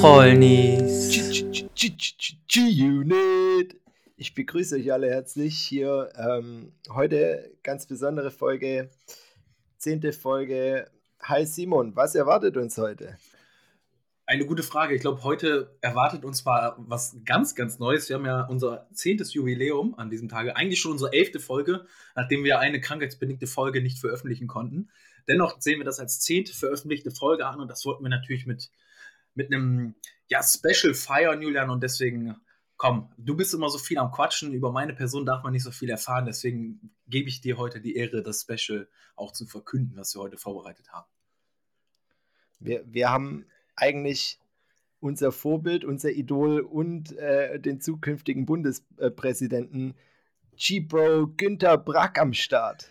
Trollnies. G-Unit. Ich begrüße euch alle herzlich hier. Heute ganz besondere Folge, 10. Folge. Hi Simon, was erwartet uns heute? Eine gute Frage. Ich glaube, heute erwartet uns mal was ganz, ganz Neues. Wir haben ja unser 10. Jubiläum an diesem Tage. Eigentlich schon unsere 11. Folge, nachdem wir eine krankheitsbedingte Folge nicht veröffentlichen konnten. Dennoch sehen wir das als 10. veröffentlichte Folge an und das wollten wir natürlich mit einem Special feiern, Julian. Und deswegen, komm, du bist immer so viel am Quatschen. Über meine Person darf man nicht so viel erfahren. Deswegen gebe ich dir heute die Ehre, das Special auch zu verkünden, was wir heute vorbereitet haben. Wir haben eigentlich unser Vorbild, unser Idol und den zukünftigen Bundespräsidenten G-Bro Günther Brack am Start.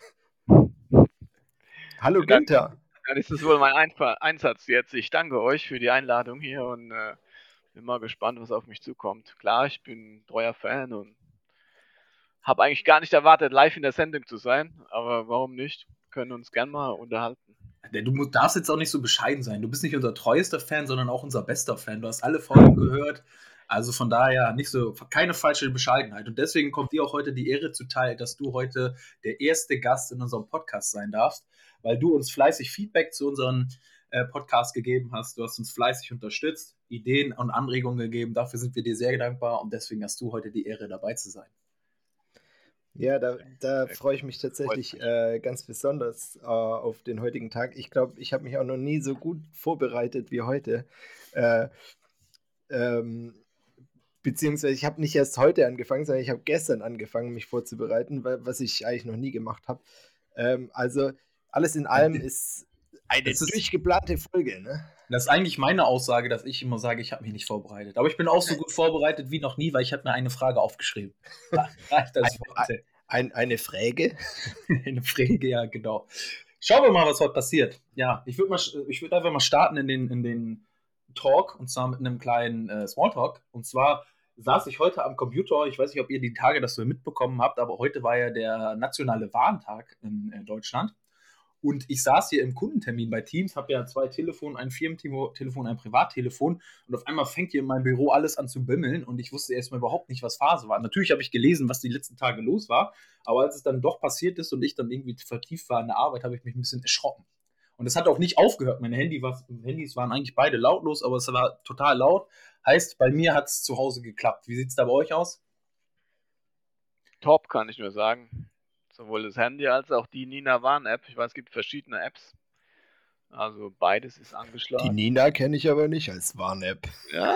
Hallo Günther. Dann ist es wohl mein Einsatz jetzt. Ich danke euch für die Einladung hier und bin mal gespannt, was auf mich zukommt. Klar, ich bin ein treuer Fan und habe eigentlich gar nicht erwartet, live in der Sendung zu sein, aber warum nicht? Können uns gern mal unterhalten. Du darfst jetzt auch nicht so bescheiden sein. Du bist nicht unser treuester Fan, sondern auch unser bester Fan. Du hast alle Folgen gehört. Also von daher keine falsche Bescheidenheit. Und deswegen kommt dir auch heute die Ehre zuteil, dass du heute der erste Gast in unserem Podcast sein darfst, weil du uns fleißig Feedback zu unserem Podcast gegeben hast. Du hast uns fleißig unterstützt, Ideen und Anregungen gegeben. Dafür sind wir dir sehr dankbar und deswegen hast du heute die Ehre, dabei zu sein. Ja, da freue ich mich tatsächlich ganz besonders auf den heutigen Tag. Ich glaube, ich habe mich auch noch nie so gut vorbereitet wie heute. Beziehungsweise ich habe nicht erst heute angefangen, sondern ich habe gestern angefangen, mich vorzubereiten, was ich eigentlich noch nie gemacht habe. Also alles in allem ist eine durchgeplante Folge, ne? Das ist eigentlich meine Aussage, dass ich immer sage, ich habe mich nicht vorbereitet. Aber ich bin auch so gut vorbereitet wie noch nie, weil ich habe mir eine Frage aufgeschrieben. Eine Frage? Eine Frage, ja, genau. Schauen wir mal, was heute passiert. Ja, ich würde einfach mal starten in den Talk, und zwar mit einem kleinen Smalltalk. Und zwar saß ich heute am Computer, ich weiß nicht, ob ihr die Tage das so mitbekommen habt, aber heute war ja der nationale Warentag in Deutschland. Und ich saß hier im Kundentermin bei Teams, habe ja 2 Telefone, ein Firmentelefon, ein Privattelefon. Und auf einmal fängt hier in meinem Büro alles an zu bimmeln. Und ich wusste erstmal überhaupt nicht, was Phase war. Natürlich habe ich gelesen, was die letzten Tage los war. Aber als es dann doch passiert ist und ich dann irgendwie vertieft war in der Arbeit, habe ich mich ein bisschen erschrocken. Und es hat auch nicht aufgehört. Meine Handys waren eigentlich beide lautlos, aber es war total laut. Heißt, bei mir hat es zu Hause geklappt. Wie sieht es da bei euch aus? Top, kann ich nur sagen. Sowohl das Handy als auch die Nina Warn-App. Ich weiß, es gibt verschiedene Apps. Also beides ist angeschlagen. Die Nina kenne ich aber nicht als Warn-App. Ja.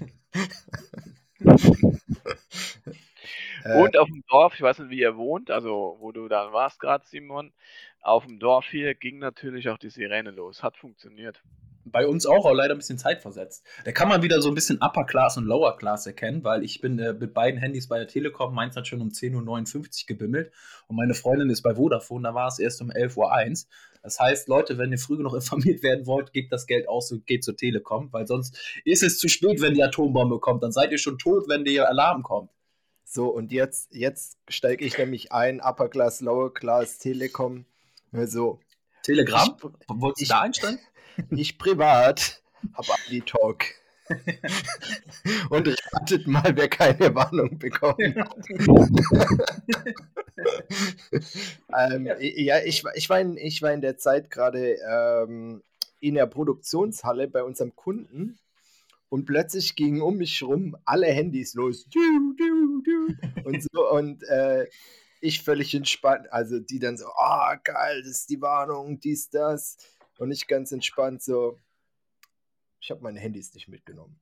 Und auf dem Dorf, ich weiß nicht, wie ihr wohnt, also wo du da warst gerade, Simon, auf dem Dorf hier ging natürlich auch die Sirene los. Hat funktioniert. Bei uns auch, aber leider ein bisschen zeitversetzt. Da kann man wieder so ein bisschen Upper Class und Lower Class erkennen, weil ich bin mit beiden Handys bei der Telekom, meins hat schon um 10:59 Uhr gebimmelt und meine Freundin ist bei Vodafone, da war es erst um 11:01 Uhr. Das heißt, Leute, wenn ihr früh genug informiert werden wollt, gebt das Geld aus und geht zur Telekom, weil sonst ist es zu spät, wenn die Atombombe kommt. Dann seid ihr schon tot, wenn der Alarm kommt. So, und jetzt steige ich nämlich ein, Upper Class, Lower Class, Telekom. So. Telegram? Wolltest du da einsteigen? Ich privat habe Aldi Talk. Und ratet mal, wer keine Warnung bekommen hat. Ich war in der Zeit gerade in der Produktionshalle bei unserem Kunden und plötzlich gingen um mich rum alle Handys los. Und so, und ich völlig entspannt, also die dann so, geil, das ist die Warnung, dies, das. Und ich ganz entspannt so, ich habe meine Handys nicht mitgenommen.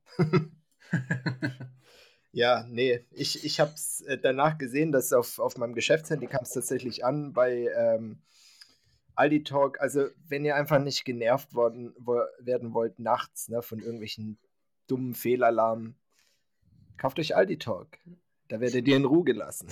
Ja, nee, ich habe es danach gesehen, dass auf meinem Geschäftshandy kam es tatsächlich an bei Aldi Talk. Also wenn ihr einfach nicht genervt werden wollt nachts, ne, von irgendwelchen dummen Fehlalarmen, kauft euch Aldi Talk. Da werdet ihr in Ruhe gelassen.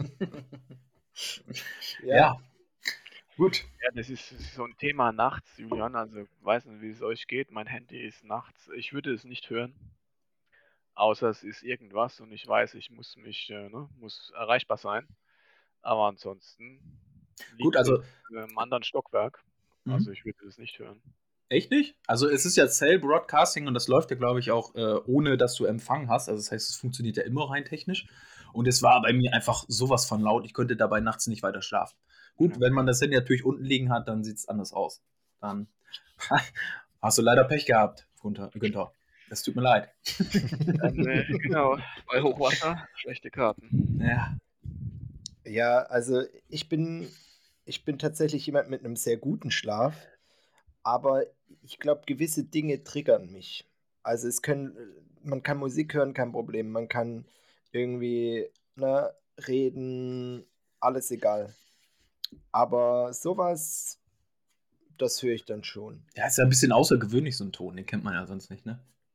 Ja. Gut. Ja, das ist so ein Thema nachts, Julian. Also, ich weiß nicht, wie es euch geht. Mein Handy ist nachts. Ich würde es nicht hören. Außer es ist irgendwas und ich weiß, ich muss muss erreichbar sein. Aber ansonsten Gut, also in einem anderen Stockwerk. Also ich würde es nicht hören. Echt nicht? Also es ist ja Cell Broadcasting und das läuft ja, glaube ich, auch ohne, dass du Empfang hast. Also das heißt, es funktioniert ja immer rein technisch. Und es war bei mir einfach sowas von laut. Ich konnte dabei nachts nicht weiter schlafen. Gut, wenn man das Handy natürlich unten liegen hat, dann sieht es anders aus. Dann hast du leider Pech gehabt, Günther. Das tut mir leid. Genau, bei Hochwasser schlechte Karten. Ja. Ja, also ich bin tatsächlich jemand mit einem sehr guten Schlaf, aber ich glaube, gewisse Dinge triggern mich. Also man kann Musik hören, kein Problem. Man kann irgendwie, ne, reden, alles egal. Aber sowas, das höre ich dann schon. Ja, ist ja ein bisschen außergewöhnlich, so ein Ton. Den kennt man ja sonst nicht, ne?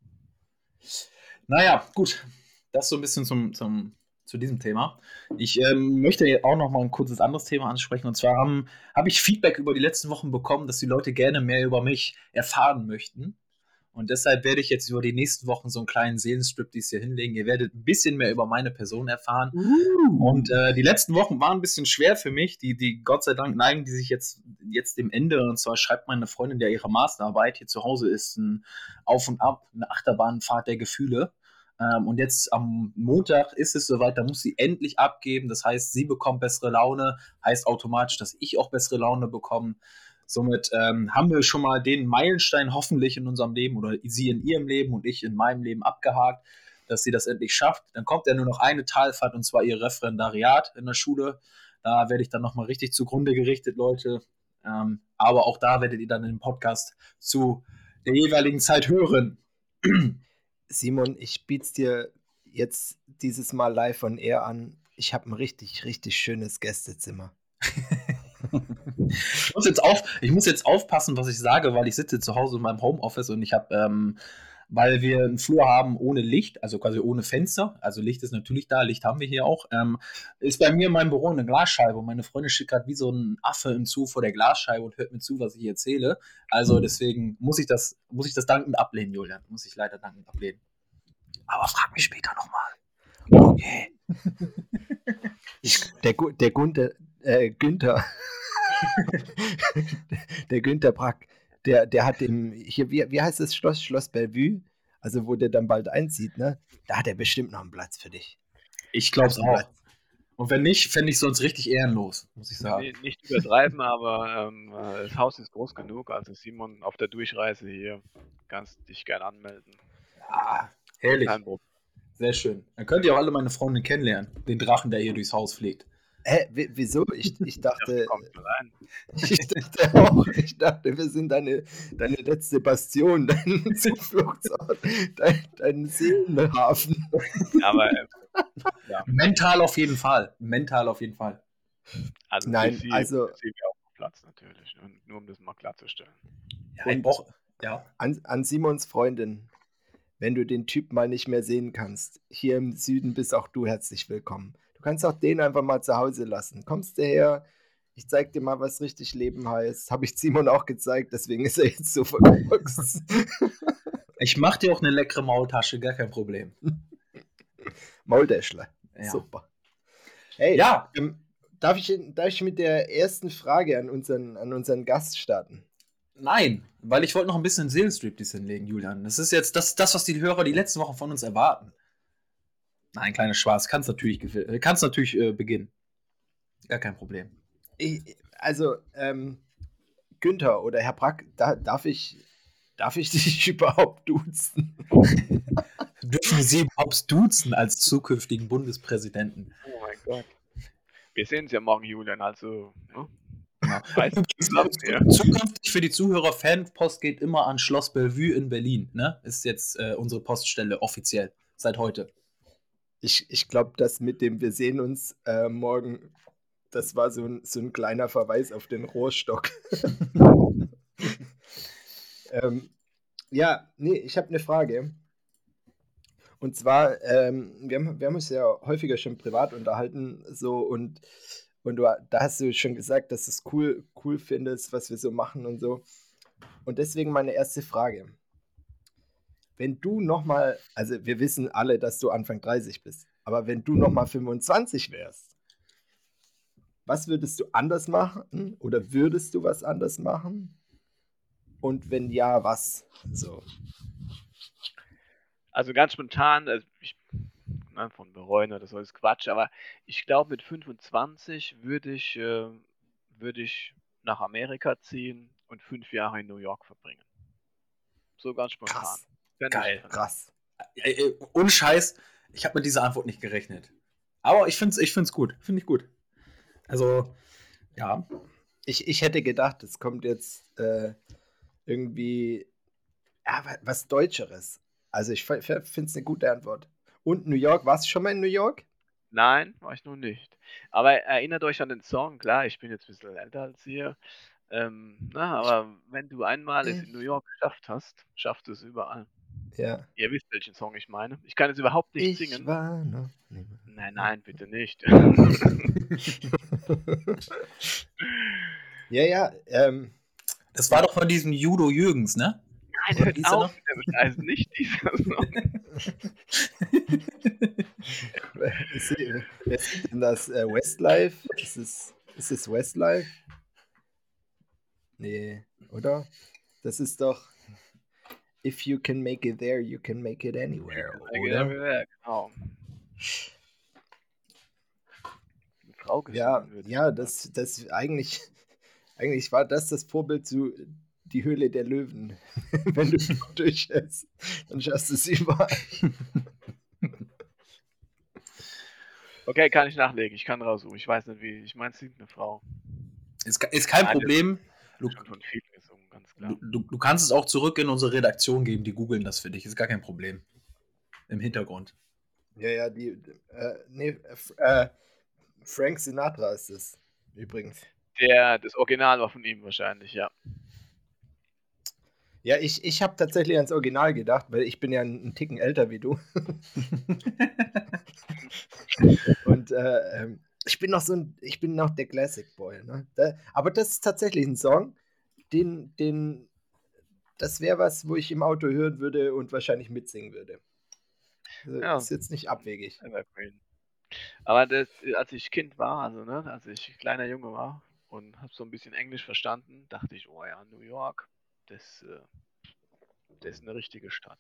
Naja, gut. Das so ein bisschen zu diesem Thema. Ich möchte auch noch mal ein kurzes anderes Thema ansprechen. Und zwar habe ich Feedback über die letzten Wochen bekommen, dass die Leute gerne mehr über mich erfahren möchten. Und deshalb werde ich jetzt über die nächsten Wochen so einen kleinen Seelenstrip dies hier hinlegen. Ihr werdet ein bisschen mehr über meine Person erfahren. Und die letzten Wochen waren ein bisschen schwer für mich. Die Gott sei Dank neigen die sich jetzt dem Ende. Und zwar schreibt meine Freundin, der ihre Masterarbeit hier zu Hause ist, ein Auf und Ab, eine Achterbahnfahrt der Gefühle. Und jetzt am Montag ist es soweit, da muss sie endlich abgeben. Das heißt, sie bekommt bessere Laune, heißt automatisch, dass ich auch bessere Laune bekomme. Somit haben wir schon mal den Meilenstein hoffentlich in unserem Leben oder sie in ihrem Leben und ich in meinem Leben abgehakt, dass sie das endlich schafft. Dann kommt ja nur noch eine Talfahrt und zwar ihr Referendariat in der Schule. Da werde ich dann nochmal richtig zugrunde gerichtet, Leute. Aber auch da werdet ihr dann im Podcast zu der jeweiligen Zeit hören. Simon, ich biete es dir jetzt dieses Mal live on air an. Ich habe ein richtig, richtig schönes Gästezimmer. Ich muss jetzt aufpassen, was ich sage, weil ich sitze zu Hause in meinem Homeoffice und ich habe, weil wir einen Flur haben ohne Licht, also quasi ohne Fenster, also Licht ist natürlich da, Licht haben wir hier auch, ist bei mir in meinem Büro eine Glasscheibe und meine Freundin steht gerade wie so ein Affe im Zoo vor der Glasscheibe und hört mir zu, was ich erzähle. Also deswegen muss ich das dankend ablehnen, Julian. Muss ich leider dankend ablehnen. Aber frag mich später nochmal. Okay. Der Günther. Der Günther Brack, der hat hier, wie heißt das Schloss Bellevue? Also, wo der dann bald einzieht, ne? Da hat er bestimmt noch einen Platz für dich. Ich glaube es auch. Und wenn nicht, fände ich sonst richtig ehrenlos, muss ich sagen. Nicht übertreiben, aber das Haus ist groß genug. Also Simon, auf der Durchreise hier kannst dich gerne anmelden. Ah, herrlich. Kein Problem. Sehr schön. Dann könnt ihr auch alle meine Freunde kennenlernen. Den Drachen, der hier durchs Haus fliegt. Wieso? Ich dachte, Kommt rein. ich dachte, wir sind deine letzte Bastion, dein Zufluchtsort, dein Seelenhafen. Aber ja. Mental auf jeden Fall. Mental auf jeden Fall. Also Nein, für Sie, also für Sie wäre auch Platz natürlich. Und nur um das mal klarzustellen. Ja, ich brauch, ja. an Simons Freundin, wenn du den Typ mal nicht mehr sehen kannst, hier im Süden bist auch du herzlich willkommen. Du kannst auch den einfach mal zu Hause lassen. Kommst du her, ich zeig dir mal, was richtig Leben heißt. Habe ich Simon auch gezeigt, deswegen ist er jetzt so verkorkst. Ich mach dir auch eine leckere Maultasche, gar kein Problem. Maultäschler. Ja. Super. Hey, Ja. Darf ich mit der ersten Frage an unseren Gast starten? Nein, weil ich wollte noch ein bisschen Seelenstriptease hinlegen, Julian. Das ist jetzt das, was die Hörer die letzten Wochen von uns erwarten. Nein, kleiner Spaß. Kannst natürlich beginnen. Gar kein Problem. Günther oder Herr Brack, darf ich dich überhaupt duzen? Dürfen Sie überhaupt duzen als zukünftigen Bundespräsidenten? Oh mein Gott. Wir sehen uns ja morgen, Julian, also. Ne? Ja. Zukünftig für die Zuhörer, Fanpost geht immer an Schloss Bellevue in Berlin. Ne? Ist jetzt unsere Poststelle offiziell. Seit heute. Ich glaube, das mit dem wir sehen uns morgen, das war so ein kleiner Verweis auf den Rohrstock. Ich habe eine Frage. Und zwar, wir haben uns ja häufiger schon privat unterhalten, so und da hast du schon gesagt, dass du es cool findest, was wir so machen und so. Und deswegen meine erste Frage. Wenn du nochmal, also wir wissen alle, dass du Anfang 30 bist, aber wenn du nochmal 25 wärst, was würdest du anders machen oder würdest du was anders machen? Und wenn ja, was? So. Also ganz spontan, von bereuen oder so ist Quatsch, aber ich glaube mit 25 würde ich nach Amerika ziehen und 5 Jahre in New York verbringen. So ganz spontan. Krass. Geil. Krass. Ohne Scheiß, ich habe mit dieser Antwort nicht gerechnet. Aber ich find's gut. Finde ich gut. Also, ja. Ich hätte gedacht, es kommt jetzt irgendwie was Deutscheres. Also ich finde es eine gute Antwort. Und New York, warst du schon mal in New York? Nein, war ich noch nicht. Aber erinnert euch an den Song, klar, ich bin jetzt ein bisschen älter als ihr. Aber wenn du einmal es in New York geschafft hast, schaffst du es überall. Ja. Ihr wisst, welchen Song ich meine. Ich kann jetzt überhaupt nicht Ich singen. war noch niemand. Nein, bitte nicht. Ja, Das war doch von diesem Judo Jürgens, ne? Nein, hört auf mit dem Scheiß, nicht dieser Song. Wer singt denn das? Westlife? Ist es Westlife? Nee, oder? Das ist doch If you can make it there, you can make it anywhere, oder? Genau. Eine Frau Ja, gesungen wird. ja, das eigentlich war das Vorbild zu Die Höhle der Löwen. Wenn du durchhältst, dann schaffst du es überall. Okay, kann ich nachlegen. Ich kann raussuchen. Ich weiß nicht wie. Ich meine, es singt eine Frau. Ist kein Nein, Problem. Schon von vielen gesungen, ganz klar. Du kannst es auch zurück in unsere Redaktion geben, die googeln das für dich. Ist gar kein Problem. Im Hintergrund. Ja, Frank Sinatra ist es übrigens. Das Original war von ihm wahrscheinlich, ja. Ja, ich habe tatsächlich ans Original gedacht, weil ich bin ja einen Ticken älter wie du. Und ich bin noch der Classic Boy. Ne? Aber das ist tatsächlich ein Song, das wäre was, wo ich im Auto hören würde und wahrscheinlich mitsingen würde. Also, Ja. ist jetzt nicht abwegig. Evergreen. Aber als ich Kind war, als ich kleiner Junge war und habe so ein bisschen Englisch verstanden, dachte ich, oh ja, New York, das ist eine richtige Stadt.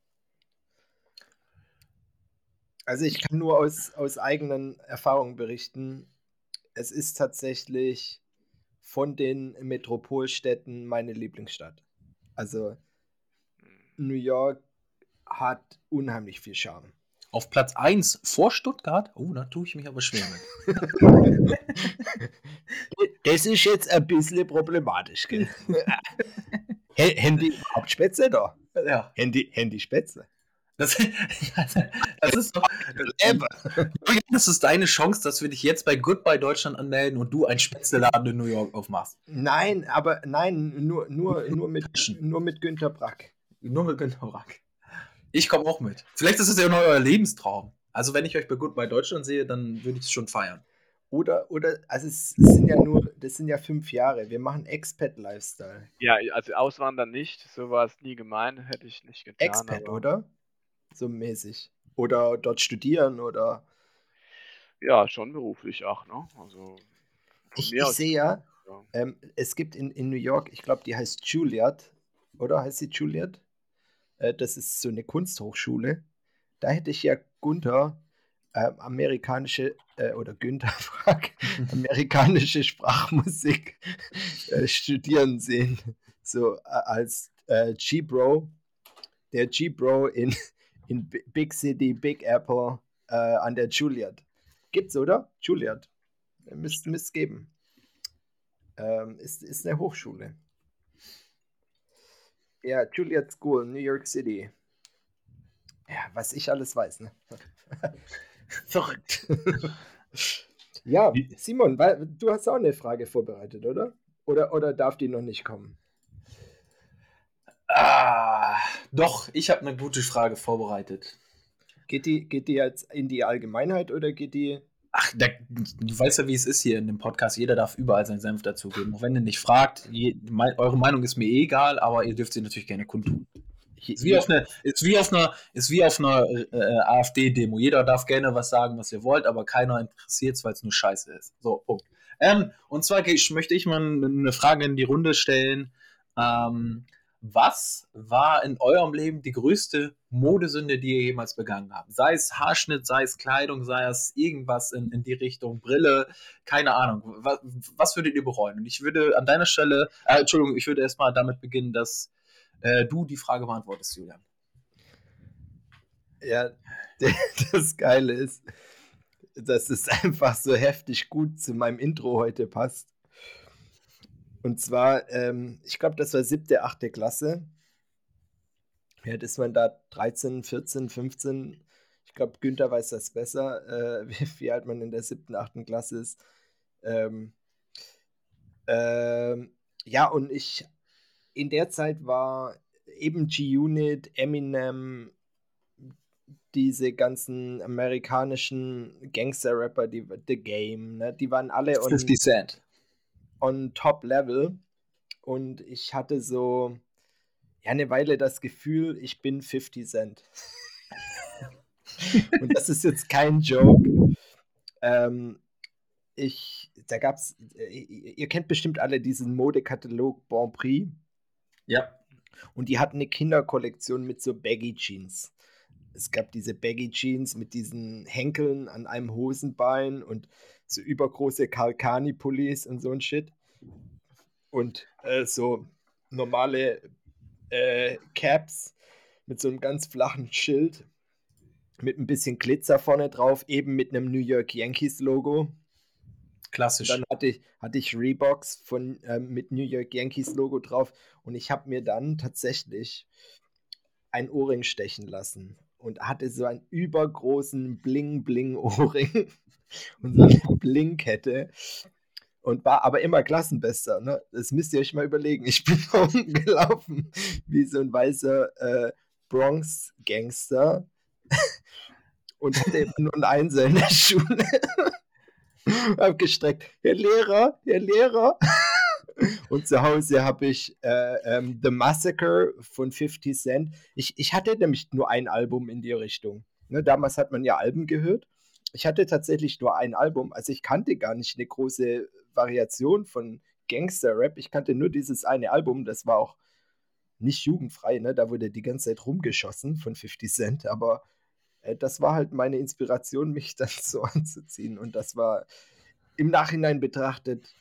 Also ich kann nur aus eigenen Erfahrungen berichten. Es ist tatsächlich von den Metropolstädten meine Lieblingsstadt. Also New York hat unheimlich viel Charme. Auf Platz 1 vor Stuttgart? Oh, da tue ich mich aber schwer mit. Das ist jetzt ein bisschen problematisch, gell? Handy überhaupt Spätzle da? Ja. Handy Spätzle. Das ist doch. Das ist deine Chance, dass wir dich jetzt bei Goodbye Deutschland anmelden und du einen Spätzleladen in New York aufmachst. Nein, nur mit Günter Brack. Nur mit Günter Brack. Ich komme auch mit. Vielleicht ist es ja noch euer Lebenstraum. Also wenn ich euch bei Goodbye Deutschland sehe, dann würde ich es schon feiern. Oder, also das sind ja 5 Jahre. Wir machen Expat-Lifestyle. Ja, also auswandern nicht, so war es nie gemeint, hätte ich nicht getan. Expat, oder? So mäßig. Oder dort studieren oder. Ja, schon beruflich auch, ne? Also ich sehe ja, es gibt in New York, ich glaube, die heißt Juilliard, oder? Heißt sie Juilliard? Das ist so eine Kunsthochschule. Da hätte ich ja Günther amerikanische Sprachmusik studieren sehen. So als G-Bro. Der G-Bro in Big City, Big Apple an der Juilliard. Gibt's, oder? Juilliard. Müsste es geben. Ist eine Hochschule. Ja, Juilliard School, New York City. Ja, was ich alles weiß, ne? Verrückt. Ja, Simon, du hast auch eine Frage vorbereitet, oder? Oder darf die noch nicht kommen? Doch, ich habe eine gute Frage vorbereitet. Geht die jetzt in die Allgemeinheit oder geht die... Ach, du weißt ja, wie es ist hier in dem Podcast. Jeder darf überall seinen Senf dazugeben. Auch wenn ihr nicht fragt, eure Meinung ist mir egal, aber ihr dürft sie natürlich gerne kundtun. Ist wie auf einer AfD-Demo. Jeder darf gerne was sagen, was ihr wollt, aber keiner interessiert es, weil es nur Scheiße ist. So, Punkt. Und zwar möchte ich mal eine Frage in die Runde stellen. Was war in eurem Leben die größte Modesünde, die ihr jemals begangen habt? Sei es Haarschnitt, sei es Kleidung, sei es irgendwas in die Richtung, Brille, keine Ahnung. Was würdet ihr bereuen? Und ich würde an deiner Stelle, Entschuldigung, ich würde erstmal damit beginnen, dass du die Frage beantwortest, Julian. Ja, das Geile ist, dass es einfach so heftig gut zu meinem Intro heute passt. Und zwar, ich glaube, das war 7., 8. Klasse. Ja, das waren da 13, 14, 15. Ich glaube, Günther weiß das besser, wie alt man in der 7., 8. Klasse ist. Ja, und in der Zeit war eben G-Unit, Eminem, diese ganzen amerikanischen Gangster-Rapper, The Game, ne, die waren alle 50 Cent. on Top Level. Und ich hatte so eine Weile das Gefühl, ich bin 50 Cent. Und das ist jetzt kein Joke. Da gab's, ihr kennt bestimmt alle diesen Modekatalog Bon Prix. Ja. Und die hatten eine Kinderkollektion mit so Baggy Jeans. Es gab diese Baggy Jeans mit diesen Henkeln an einem Hosenbein und so übergroße Kalkani-Pullis und so ein Shit. Und so normale Caps mit so einem ganz flachen Schild mit ein bisschen Glitzer vorne drauf, eben mit einem New York Yankees Logo. Klassisch. Und dann hatte ich Reeboks mit New York Yankees Logo drauf und ich habe mir dann tatsächlich ein Ohrring stechen lassen und hatte so einen übergroßen Bling-Bling-Ohrring und so eine Bling-Kette und war aber immer Klassenbester. Ne? Das müsst ihr euch mal überlegen. Ich bin rumgelaufen wie so ein weißer Bronx-Gangster und hatte immer nur ein Einser in der Schule. Hab gestreckt, Herr Lehrer. Und zu Hause habe ich The Massacre von 50 Cent. Ich hatte nämlich nur ein Album in die Richtung. Ne, damals hat man ja Alben gehört. Ich hatte tatsächlich nur ein Album. Also ich kannte gar nicht eine große Variation von Gangster-Rap. Ich kannte nur dieses eine Album. Das war auch nicht jugendfrei. Ne? Da wurde die ganze Zeit rumgeschossen von 50 Cent. Aber das war halt meine Inspiration, mich dann so anzuziehen. Und das war im Nachhinein betrachtet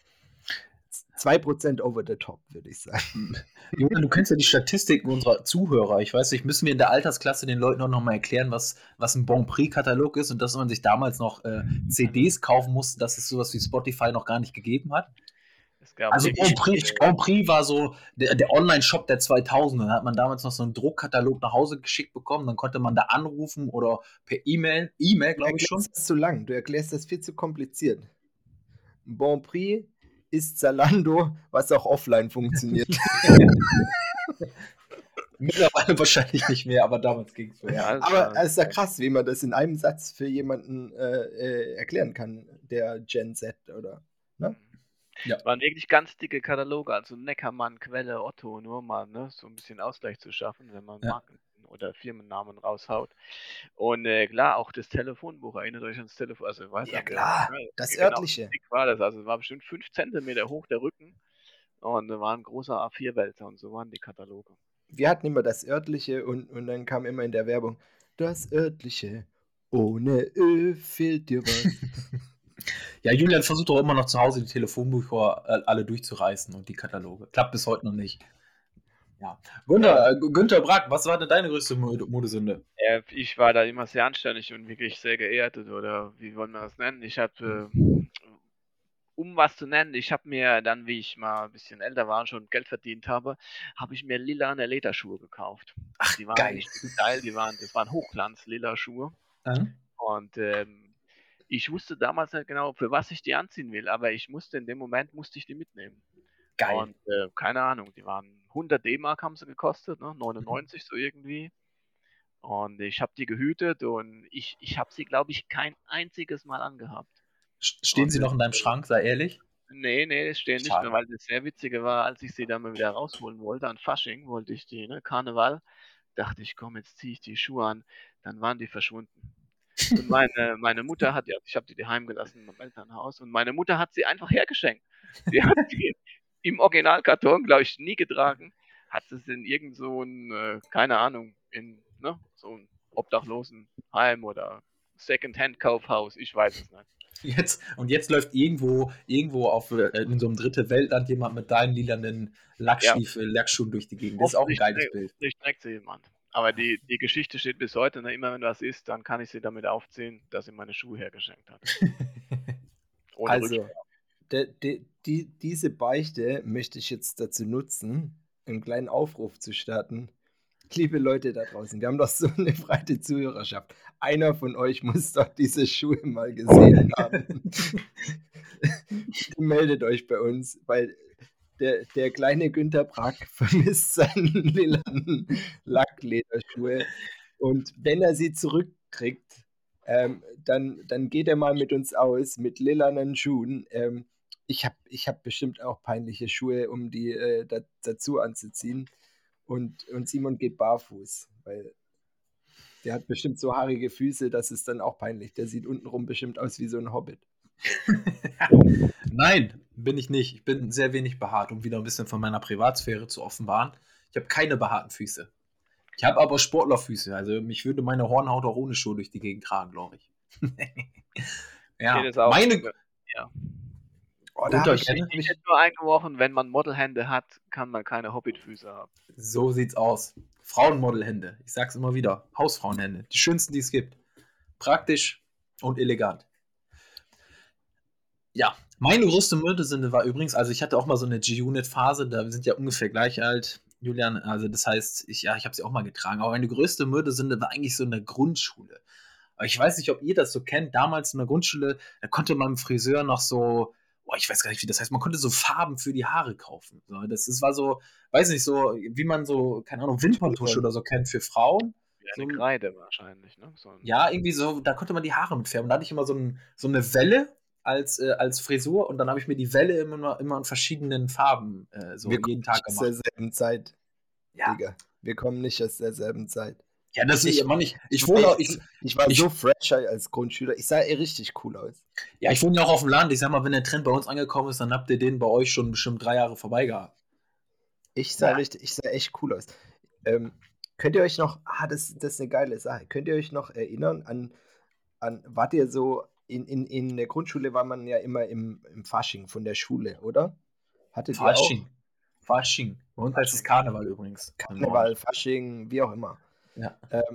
2% over the top, würde ich sagen. Julian, du kennst ja die Statistiken unserer Zuhörer. Ich weiß nicht, müssen wir in der Altersklasse den Leuten auch noch mal erklären, was ein Bon Prix-Katalog ist und dass man sich damals noch CDs kaufen musste, dass es sowas wie Spotify noch gar nicht gegeben hat? Also Bon Prix war so der Online-Shop der 2000er. Da hat man damals noch so einen Druckkatalog nach Hause geschickt bekommen. Dann konnte man da anrufen oder per E-Mail, glaube ich schon. Du erklärst das zu lang. Du erklärst das viel zu kompliziert. Bon Prix ist Zalando, was auch offline funktioniert. Mittlerweile wahrscheinlich nicht mehr, aber damals ging es so. Ja, aber es ist ja krass, wie man das in einem Satz für jemanden erklären kann, der Gen Z oder. Ne? Ja. Es waren wirklich ganz dicke Kataloge, also Neckermann, Quelle, Otto, nur mal, ne, so ein bisschen Ausgleich zu schaffen, wenn man Marken oder Firmennamen raushaut. Und klar, auch das Telefonbuch, erinnert euch ans Telefon, also ich weiß ja klar, das örtliche. Dick war das, also es war bestimmt 5 Zentimeter hoch der Rücken und da war ein großer A4-Wälzer und so waren die Kataloge. Wir hatten immer das örtliche und dann kam immer in der Werbung, das örtliche, ohne Ö fehlt dir was. Ja, Julian versucht doch immer noch zu Hause die Telefonbücher alle durchzureißen und die Kataloge. Klappt bis heute noch nicht. Ja. Günther Brack, was war denn deine größte Modesünde? Ich war da immer sehr anständig und wirklich sehr geerdet, oder wie wollen wir das nennen? Ich hatte, um was zu nennen, ich habe mir dann, wie ich mal ein bisschen älter war und schon Geld verdient habe, habe ich mir lilane Lederschuhe gekauft. Ach, die waren geil. richtig geil, das waren Hochglanz-Lila-Schuhe. Und ich wusste damals nicht genau, für was ich die anziehen will, aber in dem Moment musste ich die mitnehmen. Geil. Und keine Ahnung, die waren 100 D-Mark haben sie gekostet, ne? 99 so irgendwie. Und ich habe die gehütet und ich habe sie, glaube ich, kein einziges Mal angehabt. Stehen sie noch in deinem Schrank, sei ehrlich? Nee, es stehen nicht mehr, weil das sehr Witzige war, als ich sie dann mal wieder rausholen wollte, an Fasching wollte ich die, ne, Karneval, dachte ich, komm, jetzt ziehe ich die Schuhe an, dann waren die verschwunden. Und meine Mutter hat, ich habe die daheim gelassen in meinem Elternhaus und meine Mutter hat sie einfach hergeschenkt. Die hat im Originalkarton, glaube ich, nie getragen. Hat es in irgend so ein, keine Ahnung, in so ein Obdachlosenheim oder Second-Hand-Kaufhaus, ich weiß es nicht. Jetzt läuft irgendwo in so einem dritte Weltland jemand mit deinen lilanen Lackschuhen durch die Gegend. Das ist auch ein geiles Bild. Hoffentlich trägt sie jemand. Aber die Geschichte steht bis heute, ne? Immer wenn was ist, dann kann ich sie damit aufziehen, dass sie meine Schuhe hergeschenkt hat. Ohne Also, Rückfrage. diese Beichte möchte ich jetzt dazu nutzen, einen kleinen Aufruf zu starten. Liebe Leute da draußen, wir haben doch so eine breite Zuhörerschaft. Einer von euch muss doch diese Schuhe mal gesehen haben. Meldet euch bei uns, weil der kleine Günter Brack vermisst seine lilanen Lacklederschuhe. Und wenn er sie zurückkriegt, dann geht er mal mit uns aus mit lilanen Schuhen. Ich hab bestimmt auch peinliche Schuhe, um die dazu anzuziehen. Und Simon geht barfuß, weil der hat bestimmt so haarige Füße, das ist dann auch peinlich. Der sieht untenrum bestimmt aus wie so ein Hobbit. Nein, bin ich nicht. Ich bin sehr wenig behaart, um wieder ein bisschen von meiner Privatsphäre zu offenbaren. Ich habe keine behaarten Füße. Ich habe aber Sportlerfüße. Also mich würde meine Hornhaut auch ohne Schuhe durch die Gegend tragen, glaube ich. Ja, Geht es auch. meine. Ja. Oh, da hab ich, Ich hätte nur eingeworfen, wenn man Modelhände hat, kann man keine Hobbitfüße haben. So sieht's aus. Frauenmodelhände. Ich sag's immer wieder. Hausfrauenhände. Die schönsten, die es gibt. Praktisch und elegant. Ja, meine größte Modesinne war übrigens, also ich hatte auch mal so eine G-Unit-Phase, da wir sind ja ungefähr gleich alt, Julian. Also das heißt, ich habe sie auch mal getragen. Aber meine größte Modesinne war eigentlich so in der Grundschule. Aber ich weiß nicht, ob ihr das so kennt. Damals in der Grundschule, da konnte man im Friseur noch so, ich weiß gar nicht, wie das heißt, man konnte so Farben für die Haare kaufen. So, das war so, weiß nicht, so, wie man so, keine Ahnung, Wimperntusche oder so kennt für Frauen. Wie eine Kreide wahrscheinlich, ne? Ja, irgendwie so, da konnte man die Haare mit färben. Da hatte ich immer so eine Welle als Frisur und dann habe ich mir die Welle immer in verschiedenen Farben jeden Tag gemacht. Aus derselben Zeit, ja. Digga. Wir kommen nicht aus derselben Zeit. Ja, das ist immer nicht. Ich war so fresh als Grundschüler. Ich sah richtig cool aus. Ja, ich wohne ja auch auf dem Land. Ich sag mal, wenn der Trend bei uns angekommen ist, dann habt ihr den bei euch schon bestimmt 3 Jahre vorbei gehabt. Ich sah echt cool aus. Könnt ihr euch noch, das ist eine geile Sache, könnt ihr euch noch erinnern an wart ihr so, in der Grundschule war man ja immer im Fasching von der Schule, oder? Hattet ihr auch? Fasching. Bei uns heißt es Karneval übrigens. Karneval, Fasching, wie auch immer. Ja.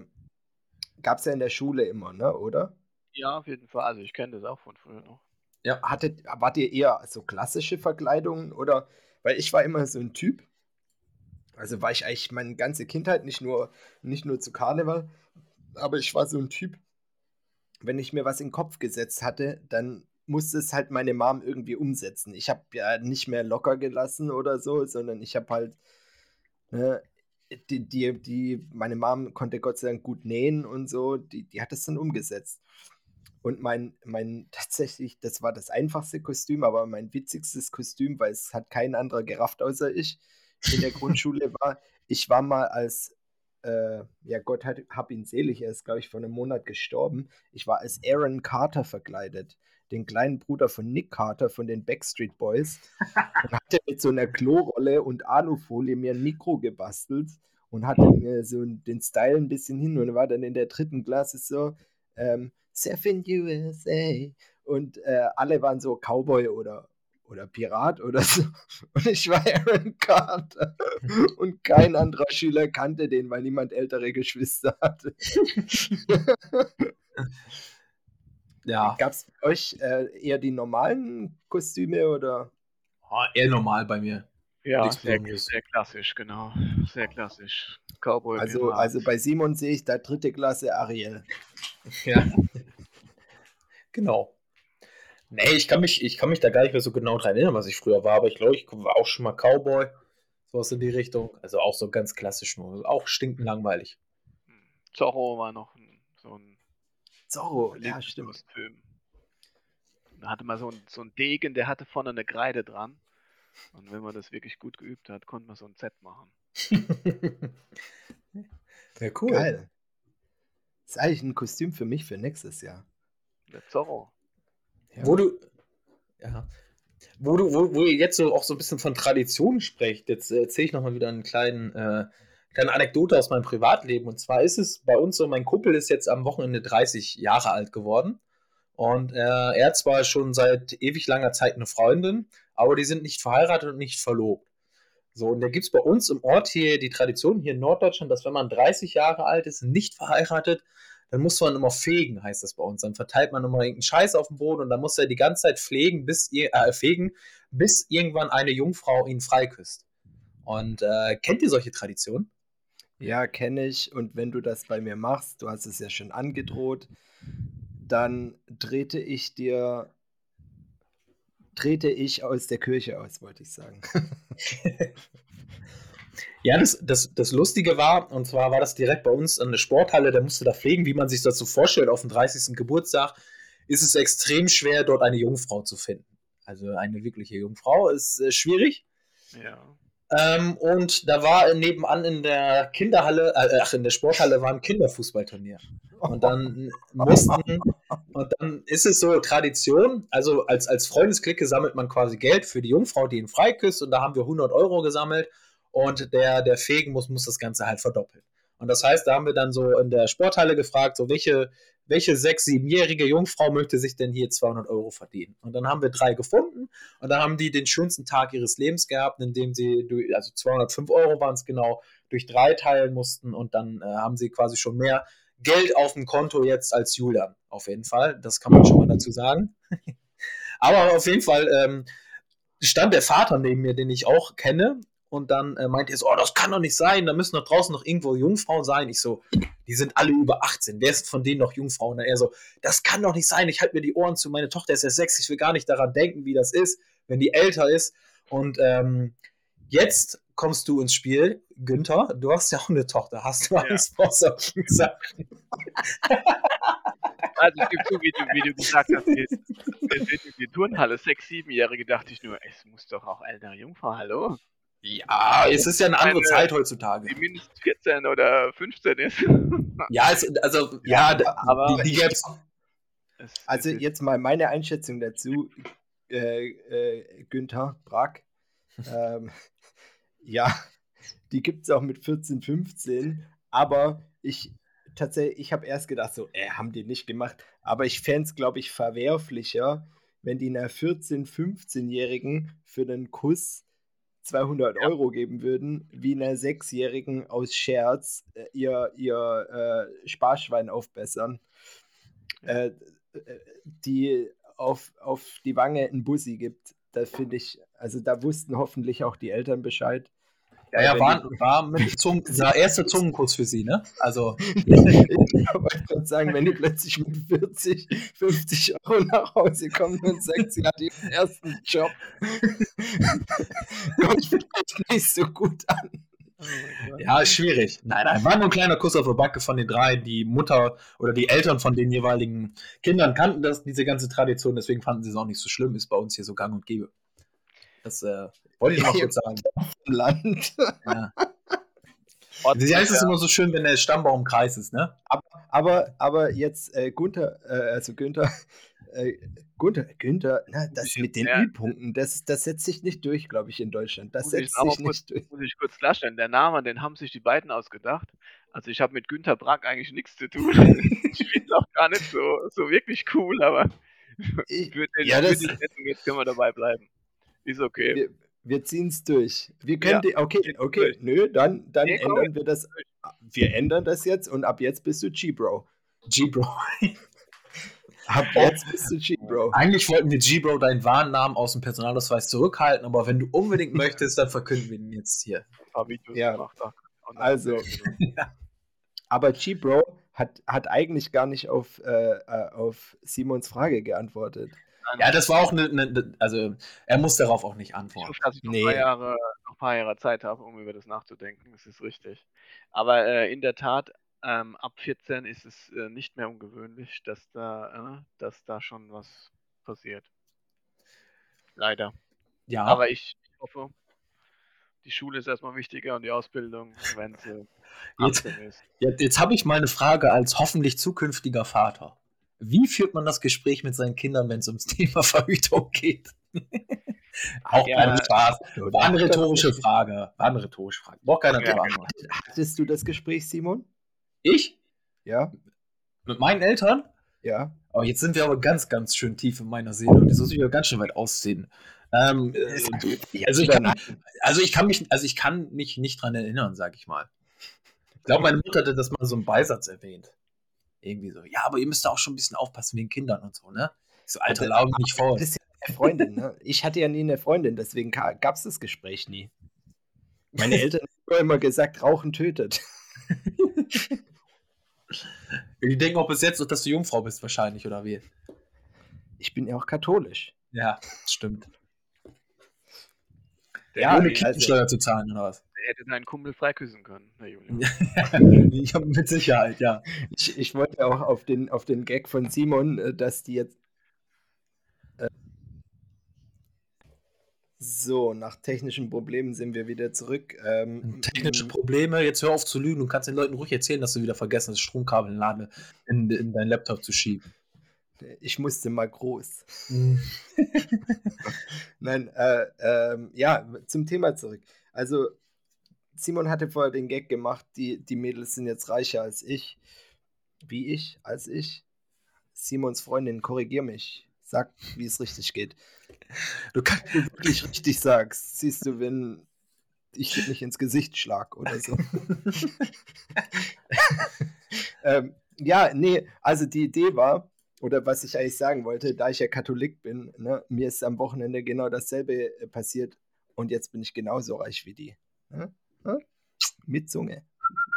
Gab es ja in der Schule immer, ne, oder? Ja, auf jeden Fall. Also ich kenne das auch von früher noch. Ja. Wart ihr eher so klassische Verkleidungen oder? Weil ich war immer so ein Typ. Also war ich eigentlich meine ganze Kindheit nicht nur zu Karneval, aber ich war so ein Typ, wenn ich mir was in den Kopf gesetzt hatte, dann musste es halt meine Mom irgendwie umsetzen. Ich habe ja nicht mehr locker gelassen oder so, sondern ich habe halt, ne, meine Mom konnte Gott sei Dank gut nähen und so, die hat das dann umgesetzt. Und tatsächlich, das war das einfachste Kostüm, aber mein witzigstes Kostüm, weil es hat kein anderer gerafft außer ich, in der Grundschule war, ich war mal als, ja Gott hab ihn selig, er ist glaube ich vor einem Monat gestorben, ich war als Aaron Carter verkleidet, den kleinen Bruder von Nick Carter von den Backstreet Boys und hatte mit so einer Klorolle und Alufolie mir ein Mikro gebastelt und hatte mir so den Style ein bisschen hin und war dann in der 3. Klasse so, Seven USA und alle waren so Cowboy oder Pirat oder so und ich war Aaron Carter und kein anderer Schüler kannte den, weil niemand ältere Geschwister hatte. Ja. Gab es bei euch eher die normalen Kostüme oder? Eher normal bei mir. Ja, sehr klassisch, genau. Sehr klassisch. Cowboy. Also bei Simon sehe ich da 3. Klasse Ariel. Ja. Genau. Nee, ich kann mich da gar nicht mehr so genau dran erinnern, was ich früher war, aber ich glaube, ich war auch schon mal Cowboy. Sowas in die Richtung. Also auch so ganz klassisch nur. Auch stinkend langweilig. Zorro war noch so ein Zorro, ja, stimmt. Da hatte man so einen Degen, der hatte vorne eine Kreide dran. Und wenn man das wirklich gut geübt hat, konnte man so ein Z machen. Ja, cool. Geil. Das ist eigentlich ein Kostüm für mich für nächstes Jahr. Der Zorro. Ja. Wo du. Ja. Wo ihr jetzt so auch so ein bisschen von Tradition sprecht, jetzt erzähle ich nochmal wieder kleine Anekdote aus meinem Privatleben. Und zwar ist es bei uns so, mein Kumpel ist jetzt am Wochenende 30 Jahre alt geworden. Und er hat zwar schon seit ewig langer Zeit eine Freundin, aber die sind nicht verheiratet und nicht verlobt. So, und da gibt es bei uns im Ort hier die Tradition, hier in Norddeutschland, dass wenn man 30 Jahre alt ist, nicht verheiratet, dann muss man immer fegen, heißt das bei uns. Dann verteilt man immer irgendeinen Scheiß auf den Boden und dann muss er die ganze Zeit fegen, bis irgendwann eine Jungfrau ihn freiküsst. Und kennt ihr solche Traditionen? Ja, kenne ich. Und wenn du das bei mir machst, du hast es ja schon angedroht, dann trete ich aus der Kirche aus, wollte ich sagen. Ja, das Lustige war, und zwar war das direkt bei uns an der Sporthalle, der musste da pflegen, wie man sich das so vorstellt, auf dem 30. Geburtstag ist es extrem schwer, dort eine Jungfrau zu finden. Also eine wirkliche Jungfrau ist schwierig. Ja. Und da war nebenan in der in der Sporthalle war ein Kinderfußballturnier. Und dann ist es so Tradition, also als Freundesklicke sammelt man quasi Geld für die Jungfrau, die ihn freiküsst, und da haben wir 100 Euro gesammelt und der fegen muss das Ganze halt verdoppeln. Und das heißt, da haben wir dann so in der Sporthalle gefragt, so welche 6-, 7-jährige Jungfrau möchte sich denn hier 200 Euro verdienen? Und dann haben wir 3 gefunden und dann haben die den schönsten Tag ihres Lebens gehabt, indem sie, also 205 Euro waren es genau, durch 3 teilen mussten und dann haben sie quasi schon mehr Geld auf dem Konto jetzt als Julian, auf jeden Fall. Das kann man schon mal dazu sagen. Aber auf jeden Fall stand der Vater neben mir, den ich auch kenne, und dann meinte er so, oh, das kann doch nicht sein, da müssen doch draußen noch irgendwo Jungfrauen sein. Ich so, die sind alle über 18, wer ist von denen noch Jungfrau? Und dann er so, das kann doch nicht sein, ich halte mir die Ohren zu, meine Tochter ist erst 6, ich will gar nicht daran denken, wie das ist, wenn die älter ist. Und jetzt kommst du ins Spiel, Günther, du hast ja auch eine Tochter, hast du Angst vor solchen Sachen? Also ich gebe zu, wie du gesagt hast, die Turnhalle, 6-, 7-Jährige, dachte ich nur, es muss doch auch ältere Jungfrau, hallo? Ja, es ist ja eine andere Zeit heutzutage. Die mindestens 14 oder 15 ist. Ja, aber die gäbe es. Also jetzt mal meine Einschätzung dazu, Günther Brack. Ja, die gibt es auch mit 14, 15, aber ich habe erst gedacht, so, haben die nicht gemacht, aber ich fände es, glaube ich, verwerflicher, wenn die einer 14-, 15-Jährigen für einen Kuss 200 Euro geben würden, wie einer 6-Jährigen aus Scherz ihr Sparschwein aufbessern, die auf die Wange einen Bussi gibt. Da finde ich, also da wussten hoffentlich auch die Eltern Bescheid. Ja, war der erste Zungenkuss für sie, ne? Also. Ich wollte gerade sagen, wenn die plötzlich mit 40, 50 Euro nach Hause kommt und sagt, sie hat ihren ersten Job, kommt vielleicht nicht so gut an. Oh ja, ist schwierig. Nein, war nur ein kleiner Kuss auf der Backe von den 3. Die Mutter oder die Eltern von den jeweiligen Kindern kannten diese ganze Tradition, deswegen fanden sie es auch nicht so schlimm, ist bei uns hier so gang und gäbe. Das wollte ich noch kurz sagen. Land. Ja. Sie heißt es immer so schön, wenn der Stammbaum im Kreis ist, ne? Aber jetzt Günther, na, das mit den Ü-Punkten, das setzt sich nicht durch, glaube ich, in Deutschland. Das setzt sich nicht durch. Muss ich kurz klarstellen, der Name, den haben sich die beiden ausgedacht. Also ich habe mit Günther Brack eigentlich nichts zu tun. Ich finde es auch gar nicht so wirklich cool, aber jetzt können wir dabei bleiben. Ist okay. Wir ziehen es durch. Wir können okay. Nö, dann ändern wir das. Wir ändern das jetzt und ab jetzt bist du G-Bro. G-Bro. Ab jetzt bist du G-Bro. Eigentlich wollten wir G-Bro deinen wahren Namen aus dem Personalausweis zurückhalten, aber wenn du unbedingt möchtest, dann verkünden wir ihn jetzt hier. Also, aber G-Bro hat eigentlich gar nicht auf Simons Frage geantwortet. Ja, das war auch also er muss darauf auch nicht antworten. Ich hoffe, dass ich noch ein paar Jahre Zeit habe, um über das nachzudenken, das ist richtig. Aber in der Tat, ab 14 ist es nicht mehr ungewöhnlich, dass da schon was passiert. Leider. Ja. Aber ich hoffe, die Schule ist erstmal wichtiger und die Ausbildung, wenn sie 18 ist. Jetzt habe ich mal eine Frage als hoffentlich zukünftiger Vater. Wie führt man das Gespräch mit seinen Kindern, wenn es ums Thema Verhütung geht? Auch Ja, kein Spaß. Oder? War eine rhetorische Frage. Braucht keiner Ja. drüber antworten. Hattest du das Gespräch, Simon? Ich? Ja? Mit meinen Eltern? Ja? Oh, jetzt sind wir aber ganz, ganz schön tief in meiner Seele und das muss ich ja ganz schön weit ausziehen. Ich kann mich nicht dran erinnern, sag ich mal. Ich glaube, meine Mutter hatte das mal so im Beisatz erwähnt. Irgendwie so, ja, aber ihr müsst da auch schon ein bisschen aufpassen wegen Kindern und so, ne? Ich so, Alter, laber mich nicht vor. Das ist ja eine Freundin, ne? Ich hatte ja nie eine Freundin, deswegen gab es das Gespräch nie. Meine Eltern haben immer gesagt, Rauchen tötet. Die denken auch bis jetzt, dass du Jungfrau bist wahrscheinlich, oder wie? Ich bin ja auch katholisch. Ja, stimmt. Ja, Ohne also- Kirchensteuer zu zahlen, oder was? Er hätte deinen Kumpel freiküssen können, Herr Julian. Ich habe mit Sicherheit, ja. Ich wollte auch auf den Gag von Simon, dass die jetzt. So, nach technischen Problemen sind wir wieder zurück. Technische Probleme, jetzt hör auf zu lügen und kannst den Leuten ruhig erzählen, dass du wieder vergessen hast, das Stromkabel in deinen Laptop zu schieben. Ich musste mal groß. Mhm. Nein, ja, zum Thema zurück. Also, Simon hatte vorher den Gag gemacht, die Mädels sind jetzt reicher als ich. Als ich. Simons Freundin, korrigier mich. Sag, wie es richtig geht. Du kannst, Wenn du wirklich richtig sagst, siehst du, wenn ich dir nicht ins Gesicht schlag oder so. Ja, nee, also die Idee war, oder was ich eigentlich sagen wollte, da ich ja Katholik bin, ne, mir ist am Wochenende genau dasselbe passiert und jetzt bin ich genauso reich wie die. Ne? Ne? Mit Zunge.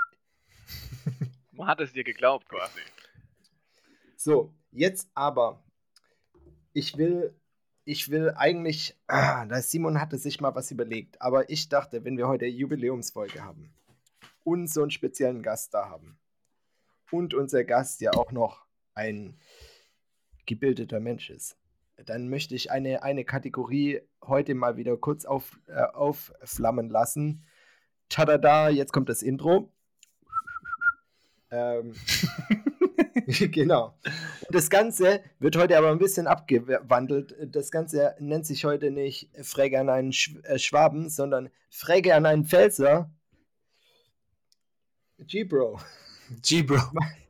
Man hat es dir geglaubt quasi. So, jetzt aber, ich will eigentlich, da Simon hatte sich mal was überlegt, aber ich dachte, wenn wir heute Jubiläumsfolge haben und so einen speziellen Gast da haben und unser Gast ja auch noch ein gebildeter Mensch ist, dann möchte ich eine Kategorie heute mal wieder kurz aufflammen lassen. Tada, jetzt kommt das Intro. Genau. Und das Ganze wird heute aber ein bisschen abgewandelt. Das Ganze nennt sich heute nicht Frage an einen Schwaben, sondern Frage an einen Pfälzer. G-Bro. G-Bro.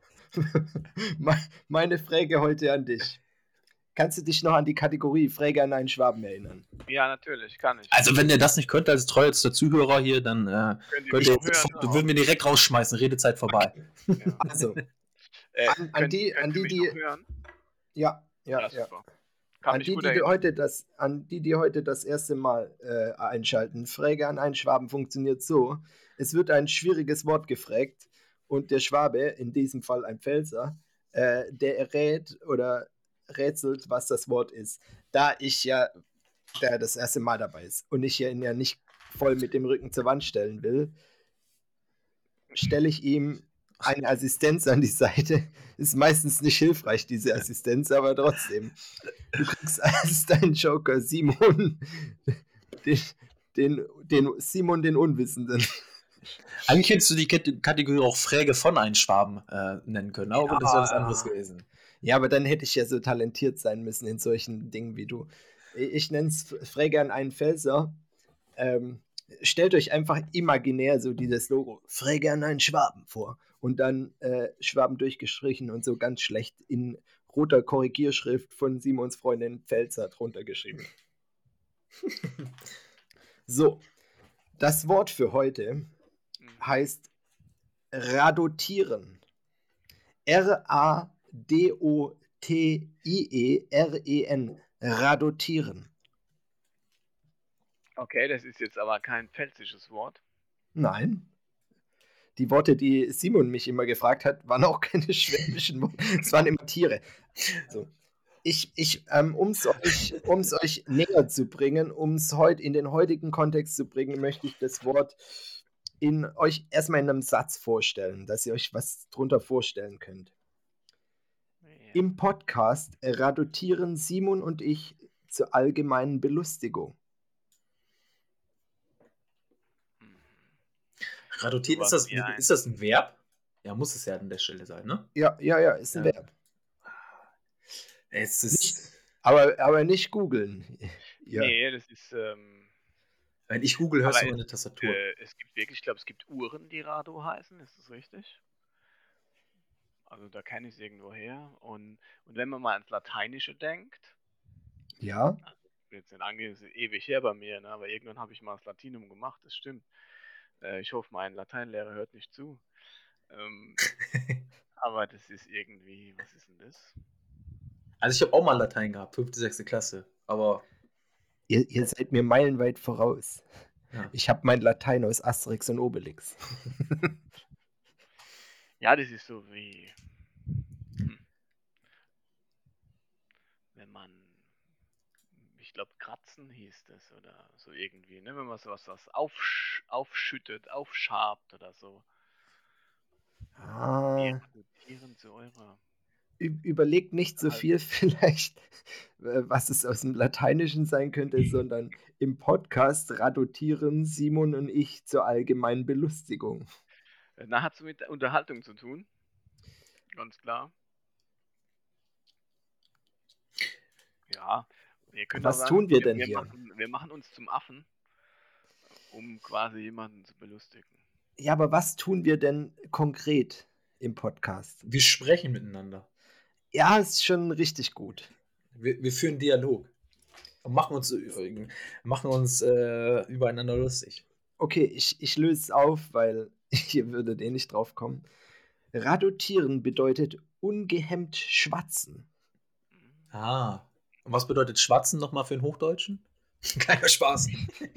Meine Frage heute an dich. Kannst du dich noch an die Kategorie Frage an einen Schwaben erinnern? Ja, natürlich, kann ich. Also, wenn ihr das nicht könnt, als treuester Zuhörer hier, dann Könnt ihr mich auch hören, würden wir direkt rausschmeißen. Redezeit vorbei. Ja. Also, an Könnt die, ihr mich die. noch hören? Ja. Super. Kann An mich die, gut die erinnern. heute das erste Mal einschalten. Frage an einen Schwaben funktioniert so: Es wird ein schwieriges Wort gefragt und der Schwabe, in diesem Fall ein Pfälzer, der errät oder rätselt, was das Wort ist. Da ich ja der das erste Mal dabei ist und ich ihn ja nicht voll mit dem Rücken zur Wand stellen will, stelle ich ihm eine Assistenz an die Seite. Ist meistens nicht hilfreich, diese Assistenz, aber trotzdem. Du kriegst als deinen Joker Simon, den Simon den Unwissenden. Eigentlich hättest du die Kategorie auch Frage von einem Schwaben nennen können, aber das wäre was anderes gewesen. Ja, aber dann hätte ich ja so talentiert sein müssen in solchen Dingen wie du. Ich nenne es Frage an einen Pfälzer. Stellt euch einfach imaginär so dieses Logo Frage an einen Schwaben vor und dann Schwaben durchgestrichen und so ganz schlecht in roter Korrigierschrift von Simons Freundin Pfälzer drunter geschrieben. So, das Wort für heute heißt radotieren. R-A-D-O-T-I-E-R-E-N. Radotieren. Okay, das ist jetzt aber kein pfälzisches Wort. Nein. Die Worte, die Simon mich immer gefragt hat, waren auch keine schwäbischen Worte. Es waren immer Tiere. So. Um es euch näher zu bringen, um es heute in den heutigen Kontext zu bringen, möchte ich das Wort euch erstmal in einem Satz vorstellen, dass ihr euch was drunter vorstellen könnt. Ja. Im Podcast radotieren Simon und ich zur allgemeinen Belustigung. Radotieren, ist das ein Verb? Ja, muss es ja an der Stelle sein, ne? Ja, ist ein Verb. Es ist. Aber nicht googeln. Ja. Nee, das ist, Wenn ich google, hörst du aber meine Tastatur. es gibt wirklich, ich glaube, es gibt Uhren, die Rado heißen, ist das richtig? Also da kenne ich es irgendwo her. Und wenn man mal ans Lateinische denkt, Ja? ich will jetzt nicht angehen, das ist ewig her bei mir, ne? Aber irgendwann habe ich mal das Latinum gemacht, das stimmt. Ich hoffe, mein Lateinlehrer hört nicht zu. Ähm, aber das ist irgendwie, was ist denn das? Also ich habe auch mal Latein gehabt, 5., 6. Klasse. Aber Ihr seid mir meilenweit voraus. ja. Ich habe mein Latein aus Asterix und Obelix. Ja, das ist so wie, wenn man, ich glaube, kratzen hieß das oder so irgendwie, ne? Wenn man was aufschüttet, aufschabt oder so. Die Ah, radutieren zu eurer überlegt nicht so Halt. viel vielleicht, was es aus dem Lateinischen sein könnte, sondern im Podcast radotieren Simon und ich zur allgemeinen Belustigung. Na, hat es mit Unterhaltung zu tun, ganz klar. Ja, wir können auch Was sagen, tun wir denn hier? wir machen uns zum Affen, um quasi jemanden zu belustigen. Ja, aber was tun wir denn konkret im Podcast? Wir sprechen miteinander. Ja, ist schon richtig gut. Wir führen Dialog. Und machen uns übereinander lustig. Okay, ich löse es auf, weil ihr würdet eh nicht drauf kommen. Radotieren bedeutet ungehemmt schwatzen. Ah. Und was bedeutet Schwatzen nochmal für den Hochdeutschen? Kleiner Spaß.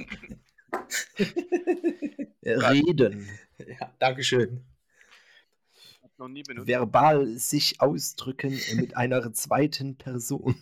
Reden. Ja, Dankeschön. Hab noch nie benutzt. Verbal sich ausdrücken mit einer zweiten Person.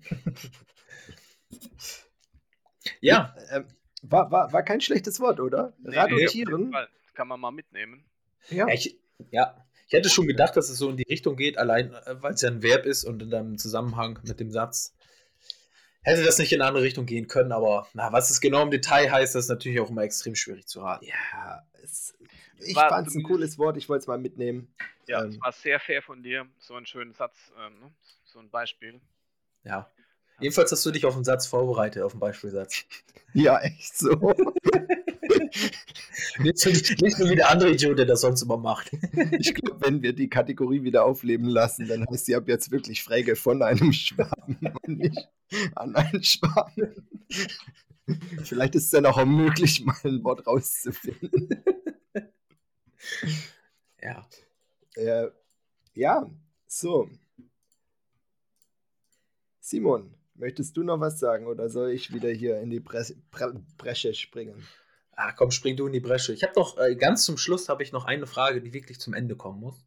Ja. War kein schlechtes Wort, oder? Nee, Radotieren. nee, kann man mal mitnehmen. Ja. Ich hätte schon gedacht, dass es so in die Richtung geht, allein weil es ja ein Verb ist und in einem Zusammenhang mit dem Satz. Hätte das nicht in eine andere Richtung gehen können, aber was es genau im Detail heißt, das ist natürlich auch immer extrem schwierig zu raten. Ja, ich war fand es ein zumindest- cooles Wort, ich wollte es mal mitnehmen. Ja, es war sehr fair von dir, so einen schönen Satz, ne? So ein Beispiel. Ja. Jedenfalls hast du dich auf den Satz vorbereitet, auf den Beispielsatz. Ja, echt so. Nicht nur wie der andere Idiot, der das sonst immer macht. Ich glaube, wenn wir die Kategorie wieder aufleben lassen, dann heißt sie ab jetzt wirklich Frage von einem Schwaben und nicht an einen Schwaben. Vielleicht ist es dann auch möglich, mal ein Wort rauszufinden. Ja. Ja, so. Simon, möchtest du noch was sagen oder soll ich wieder hier in die Bresche springen? Komm, spring du in die Bresche. Ich habe noch, ganz zum Schluss habe ich noch eine Frage, die wirklich zum Ende kommen muss.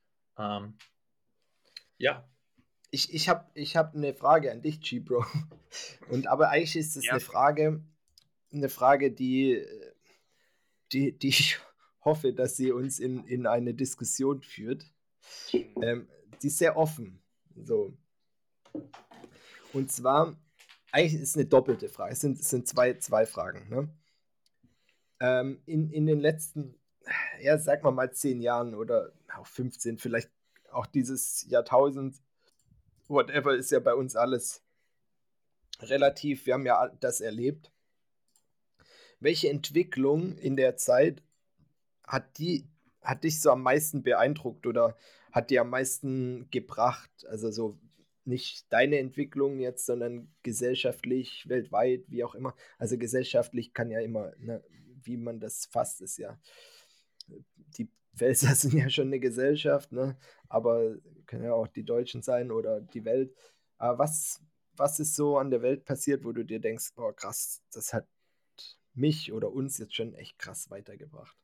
Ja. Ich hab eine Frage an dich, G-Bro. Aber eigentlich ist es Ja. eine Frage, die ich hoffe, dass sie uns in eine Diskussion führt. Die ist sehr offen. So. Und zwar, eigentlich ist es eine doppelte Frage. Es sind zwei Fragen. Ne? In den letzten, ja, sag mal 10 Jahren oder auch 15, vielleicht auch dieses Jahrtausend, whatever, ist ja bei uns alles relativ, wir haben ja das erlebt. Welche Entwicklung in der Zeit hat dich so am meisten beeindruckt oder hat dir am meisten gebracht? Also so nicht deine Entwicklung jetzt, sondern gesellschaftlich, weltweit, wie auch immer. Also gesellschaftlich kann ja immer, ne, wie man das fasst, ist ja, die Pfälzer sind ja schon eine Gesellschaft, ne? Aber können ja auch die Deutschen sein oder die Welt. Aber was ist so an der Welt passiert, wo du dir denkst, boah, krass, das hat mich oder uns jetzt schon echt krass weitergebracht?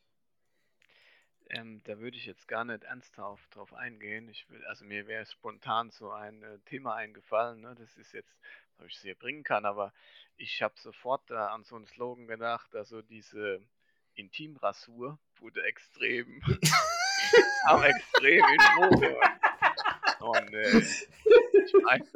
Da würde ich jetzt gar nicht ernsthaft drauf eingehen. Also mir wäre spontan so ein Thema eingefallen, ne? Das ist jetzt, ob ich es hier bringen kann, aber ich habe sofort an so einen Slogan gedacht, also diese Intimrasur wurde extrem, kam extrem in Mode. Und ich weiß,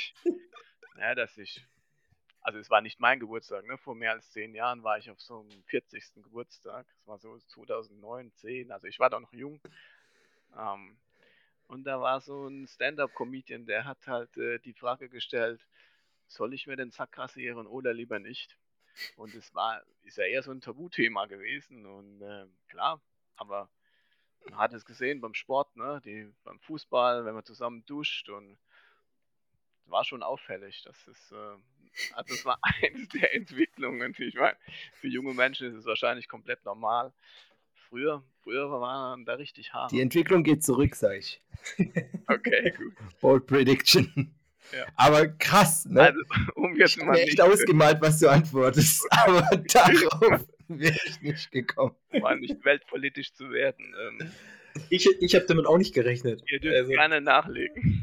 also es war nicht mein Geburtstag, ne? Vor mehr als 10 Jahren war ich auf so einem 40. Geburtstag. Das war so 2009, 10. Also ich war da noch jung. Und da war so ein Stand-up-Comedian, der hat halt die Frage gestellt, soll ich mir den Sack rasieren oder lieber nicht? Und ist ja eher so ein Tabuthema gewesen. Und klar, aber man hat es gesehen beim Sport, ne? Beim Fußball, wenn man zusammen duscht und war schon auffällig. Also es war eines der Entwicklungen. Ich meine, für junge Menschen ist es wahrscheinlich komplett normal. Früher waren da richtig Die Haare. Entwicklung geht zurück, sag ich. Okay, gut. Bold Prediction. Ja. Aber krass, ne? Also, um Ich jetzt habe mal mir echt nicht, ausgemalt, was du antwortest, aber darauf wäre ich nicht gekommen. mal nicht weltpolitisch zu werden. Ich habe damit auch nicht gerechnet. Ihr dürft gerne nachlegen.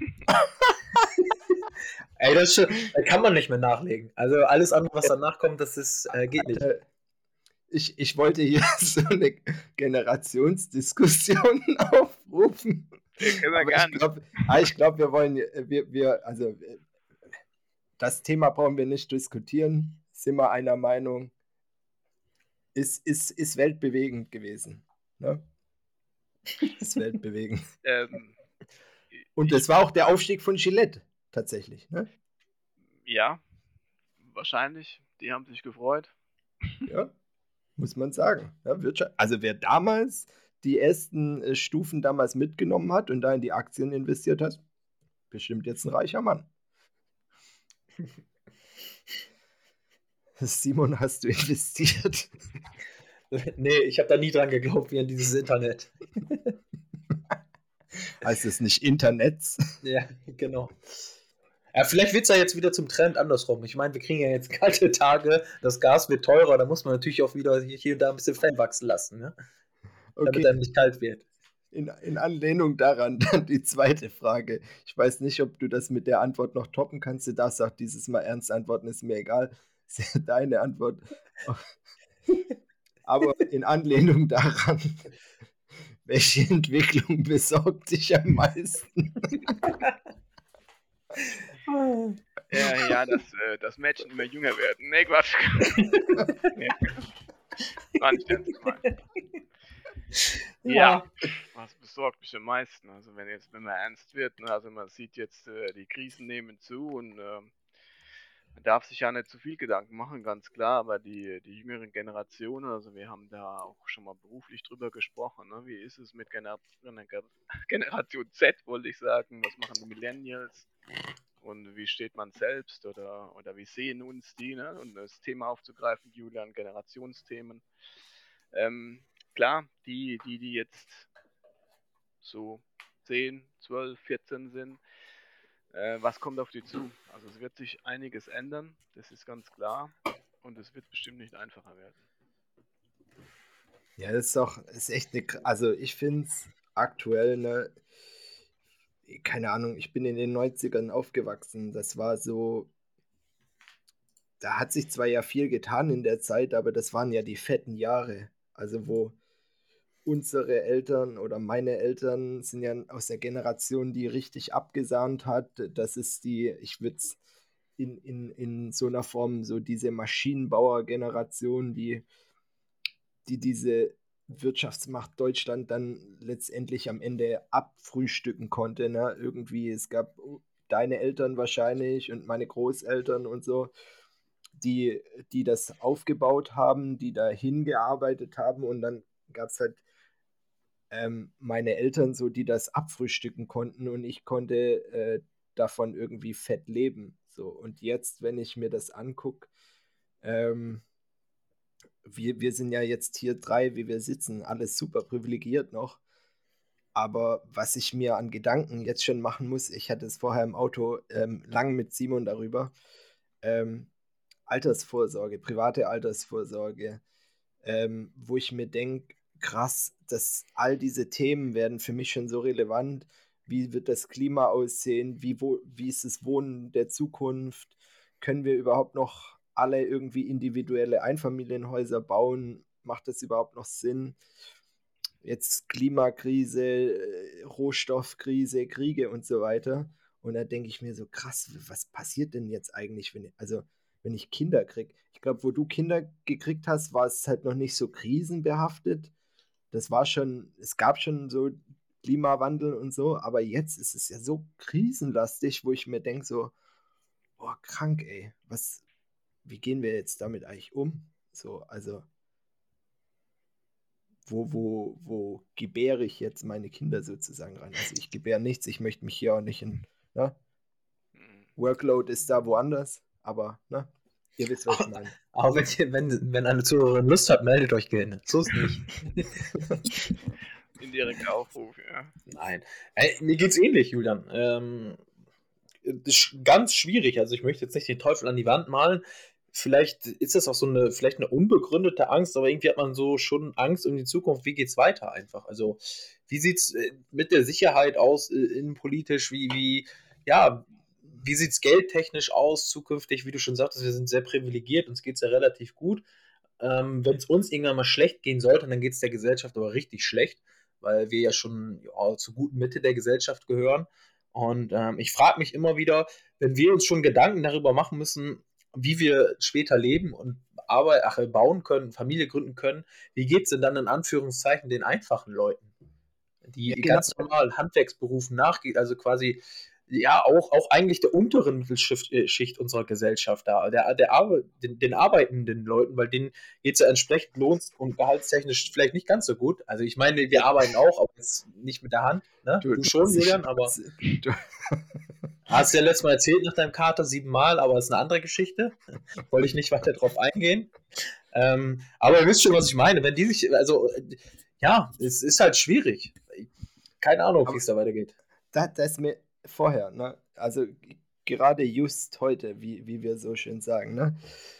Ey, das ist schon, da kann man nicht mehr nachlegen. Also alles andere, was danach kommt, geht nicht. Ich wollte hier so eine Generationsdiskussion aufrufen. Können wir Aber gerne. ich glaube, wir wollen, also das Thema brauchen wir nicht diskutieren. Sind wir einer Meinung. Ist weltbewegend gewesen. Ne? Ist weltbewegend. Und das war auch der Aufstieg von Gillette, tatsächlich. Ne? Ja, wahrscheinlich. Die haben sich gefreut. Ja, muss man sagen. Ja, also wer damals die ersten Stufen damals mitgenommen hat und da in die Aktien investiert hat, bestimmt jetzt ein reicher Mann. Simon, hast du investiert? Nee, ich habe da nie dran geglaubt, wie an dieses Internet. Heißt es nicht Internets? Ja, genau. Ja, vielleicht wird es ja jetzt wieder zum Trend andersrum. Ich meine, wir kriegen ja jetzt kalte Tage, das Gas wird teurer, da muss man natürlich auch wieder hier und da ein bisschen Fett wachsen lassen, ne? Damit Okay. einem nicht kalt wird. In Anlehnung daran dann die zweite Frage. Ich weiß nicht, ob du das mit der Antwort noch toppen kannst. Du darfst auch dieses Mal ernst antworten, ist mir egal. Ist ja deine Antwort. Aber in Anlehnung daran, welche Entwicklung besorgt dich am meisten? Ja, dass Mädchen immer jünger werden. Nee, Quatsch. Nee. War nicht ernst gemeint. Ja, was besorgt mich am meisten? Also wenn man ernst wird, ne? Also man sieht jetzt, die Krisen nehmen zu und man darf sich ja nicht zu viel Gedanken machen, ganz klar, aber die jüngeren Generationen, also wir haben da auch schon mal beruflich drüber gesprochen, ne? Wie ist es mit Generation Z, wollte ich sagen, was machen die Millennials und wie steht man selbst oder wie sehen uns die, ne? Und das Thema aufzugreifen, Julian, Generationsthemen. Klar, die jetzt so 10, 12, 14 sind, was kommt auf die zu? Also es wird sich einiges ändern, das ist ganz klar. Und es wird bestimmt nicht einfacher werden. Ja, das ist echt also ich finde es aktuell, ne, keine Ahnung, ich bin in den 90ern aufgewachsen. Das war so, da hat sich zwar ja viel getan in der Zeit, aber das waren ja die fetten Jahre. Also wo unsere Eltern oder meine Eltern sind ja aus der Generation, die richtig abgesahnt hat. Das ist ich würde es in so einer Form, so diese Maschinenbauer-Generation, die diese Wirtschaftsmacht Deutschland dann letztendlich am Ende abfrühstücken konnte. Ne? Irgendwie, es gab deine Eltern wahrscheinlich und meine Großeltern und so, die das aufgebaut haben, die da hingearbeitet haben und dann gab es halt meine Eltern so, die das abfrühstücken konnten und ich konnte davon irgendwie fett leben. So. Und jetzt, wenn ich mir das angucke, wir sind ja jetzt hier drei, wie wir sitzen, alles super privilegiert noch. Aber was ich mir an Gedanken jetzt schon machen muss, ich hatte es vorher im Auto lang mit Simon darüber, Altersvorsorge, private Altersvorsorge, wo ich mir denke, krass, dass all diese Themen werden für mich schon so relevant. Wie wird das Klima aussehen? Wie ist das Wohnen der Zukunft? Können wir überhaupt noch alle irgendwie individuelle Einfamilienhäuser bauen? Macht das überhaupt noch Sinn? Jetzt Klimakrise, Rohstoffkrise, Kriege und so weiter. Und da denke ich mir so, krass, was passiert denn jetzt eigentlich, wenn ich Kinder kriege? Ich glaube, wo du Kinder gekriegt hast, war es halt noch nicht so krisenbehaftet. Es gab schon so Klimawandel und so, aber jetzt ist es ja so krisenlastig, wo ich mir denke so, boah, krank, ey, wie gehen wir jetzt damit eigentlich um? So, also, wo gebäre ich jetzt meine Kinder sozusagen rein? Also ich gebäre nichts, ich möchte mich hier auch nicht ne? Workload ist da woanders, aber, ne? Ihr wisst, was ich meine. Aber wenn eine Zuhörerin Lust hat, meldet euch gerne. So ist nicht. Indirekter Aufruf, ja. Nein. Mir geht's ähnlich, Julian. Das ist ganz schwierig. Also ich möchte jetzt nicht den Teufel an die Wand malen. Vielleicht ist das auch vielleicht eine unbegründete Angst, aber irgendwie hat man so schon Angst um die Zukunft. Wie geht's weiter einfach? Also wie sieht's mit der Sicherheit aus, innenpolitisch? Wie sieht's geldtechnisch aus zukünftig? Wie du schon sagtest, wir sind sehr privilegiert, uns geht's ja relativ gut. Wenn es uns irgendwann mal schlecht gehen sollte, dann geht es der Gesellschaft aber richtig schlecht, weil wir ja schon zur guten Mitte der Gesellschaft gehören. Und ich frage mich immer wieder, wenn wir uns schon Gedanken darüber machen müssen, wie wir später leben und bauen können, Familie gründen können, wie geht es denn dann in Anführungszeichen den einfachen Leuten, die Ja, genau. ganz normal Handwerksberufen nachgeht, also quasi ja auch eigentlich der unteren Mittelschicht unserer Gesellschaft da, den arbeitenden Leuten, weil denen geht es ja entsprechend lohns- und gehaltstechnisch vielleicht nicht ganz so gut. Also ich meine, wir arbeiten auch, aber jetzt nicht mit der Hand. Ne? Du schon, Julian, aber hast du ja letztes Mal erzählt nach deinem Kater 7-mal, aber das ist eine andere Geschichte. Wollte ich nicht weiter drauf eingehen. Aber ihr wisst schon, was ich meine. Wenn die sich, also ja, es ist halt schwierig. Keine Ahnung, wie es da weitergeht. Das ist mir vorher, ne? Also gerade just heute, wie wir so schön sagen, ne?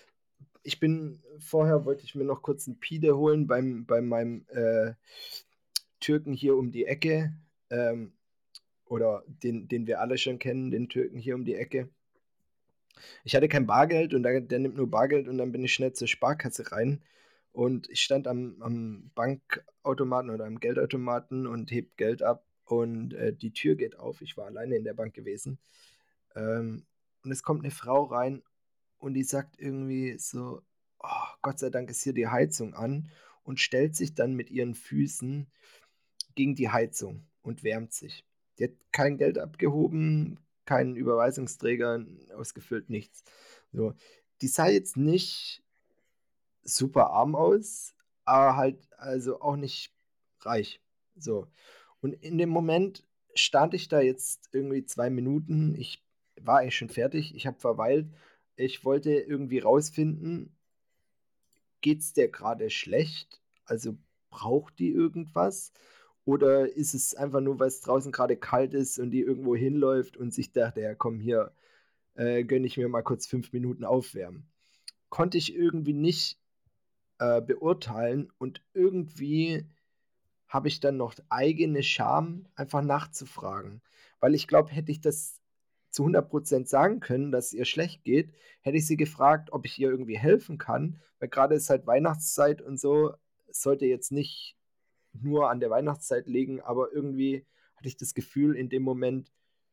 Wollte ich mir noch kurz einen Pide holen bei meinem Türken hier um die Ecke, oder den wir alle schon kennen, den Türken hier um die Ecke. Ich hatte kein Bargeld und der nimmt nur Bargeld und dann bin ich schnell zur Sparkasse rein und ich stand am Bankautomaten oder am Geldautomaten und heb Geld ab und die Tür geht auf. Ich war alleine in der Bank gewesen. Und es kommt eine Frau rein und die sagt irgendwie so, oh, Gott sei Dank ist hier die Heizung an und stellt sich dann mit ihren Füßen gegen die Heizung und wärmt sich. Die hat kein Geld abgehoben, keinen Überweisungsträger ausgefüllt, nichts. So. Die sah jetzt nicht super arm aus, aber halt also auch nicht reich. So. Und in dem Moment stand ich da jetzt irgendwie 2 Minuten. Ich war eigentlich schon fertig. Ich habe verweilt. Ich wollte irgendwie rausfinden, geht's der gerade schlecht? Also braucht die irgendwas? Oder ist es einfach nur, weil es draußen gerade kalt ist und die irgendwo hinläuft und sich dachte, ja komm, hier gönne ich mir mal kurz 5 Minuten aufwärmen. Konnte ich irgendwie nicht beurteilen und irgendwie habe ich dann noch eigene Scham, einfach nachzufragen. Weil ich glaube, hätte ich das zu 100% sagen können, dass es ihr schlecht geht, hätte ich sie gefragt, ob ich ihr irgendwie helfen kann, weil gerade ist halt Weihnachtszeit und so, es sollte jetzt nicht nur an der Weihnachtszeit liegen, aber irgendwie hatte ich das Gefühl in dem Moment,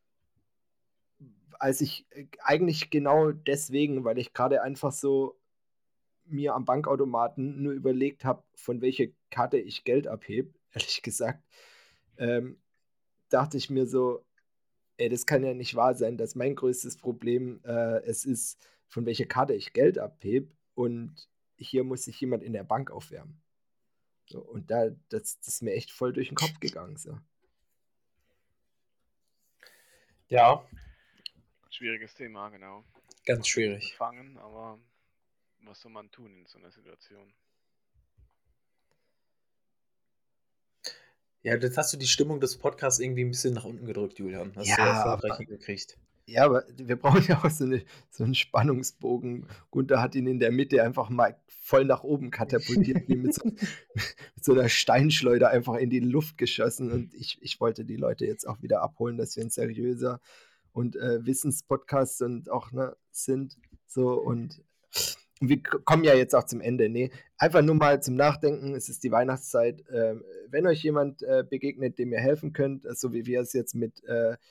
als ich eigentlich genau deswegen, weil ich gerade einfach so mir am Bankautomaten nur überlegt habe, von welcher Karte ich Geld abhebe, ehrlich gesagt, dachte ich mir so, ey, das kann ja nicht wahr sein, dass mein größtes Problem es ist, von welcher Karte ich Geld abhebe und hier muss sich jemand in der Bank aufwärmen. So, und das ist mir echt voll durch den Kopf gegangen. So. Ja. Schwieriges Thema, genau. Ganz schwierig. Fangen, aber was soll man tun in so einer Situation? Ja, jetzt hast du die Stimmung des Podcasts irgendwie ein bisschen nach unten gedrückt, Julian. Hast du erfolgreich hingekriegt. Ja, aber wir brauchen ja auch so einen Spannungsbogen. Gunther hat ihn in der Mitte einfach mal voll nach oben katapultiert, wie mit so einer Steinschleuder einfach in die Luft geschossen. Und ich wollte die Leute jetzt auch wieder abholen, dass wir ein seriöser und Wissenspodcast und auch sind. So und wir kommen ja jetzt auch zum Ende. Nee, einfach nur mal zum Nachdenken. Es ist die Weihnachtszeit. Wenn euch jemand begegnet, dem ihr helfen könnt, so wie wir es jetzt mit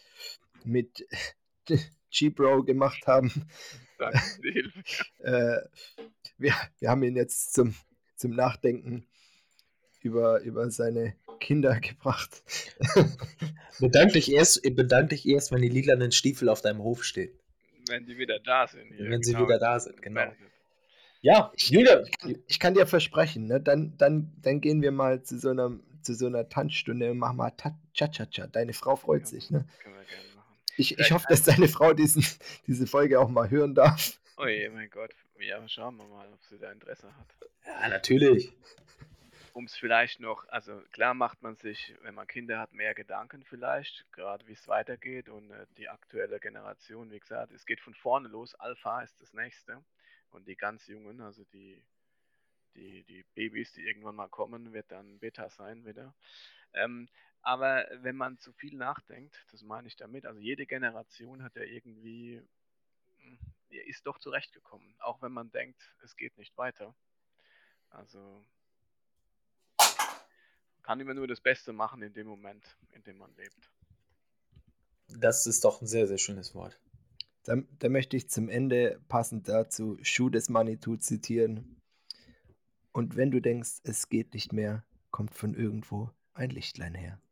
G-Bro gemacht haben. Danke für die Hilfe. Wir haben ihn jetzt zum Nachdenken über seine Kinder gebracht. Bedank dich erst, wenn die lilanen Stiefel auf deinem Hof stehen. Wenn die wieder da sind. Hier, Wenn sie wieder da sind, genau. gemeldet. Ja, Julia. Ich kann dir versprechen, ne? Dann gehen wir mal zu so einer Tanzstunde und machen mal Cha-Cha-Cha. Deine Frau freut sich, ne? Können wir gerne machen. Ich hoffe, dass deine Frau diese Folge auch mal hören darf. Oh je, mein Gott. Ja, schauen wir mal, ob sie da Interesse hat. Ja, natürlich. Um es vielleicht noch, also klar macht man sich, wenn man Kinder hat, mehr Gedanken vielleicht, gerade wie es weitergeht und die aktuelle Generation, wie gesagt, es geht von vorne los, Alpha ist das nächste und die ganz Jungen, also die Babys, die irgendwann mal kommen, wird dann Beta sein wieder. Aber wenn man zu viel nachdenkt, das meine ich damit, also jede Generation hat ja irgendwie, ist doch zurechtgekommen, auch wenn man denkt, es geht nicht weiter. Also kann immer nur das Beste machen in dem Moment, in dem man lebt. Das ist doch ein sehr, sehr schönes Wort. Da möchte ich zum Ende passend dazu Schuh des Manitou zitieren. Und wenn du denkst, es geht nicht mehr, kommt von irgendwo ein Lichtlein her.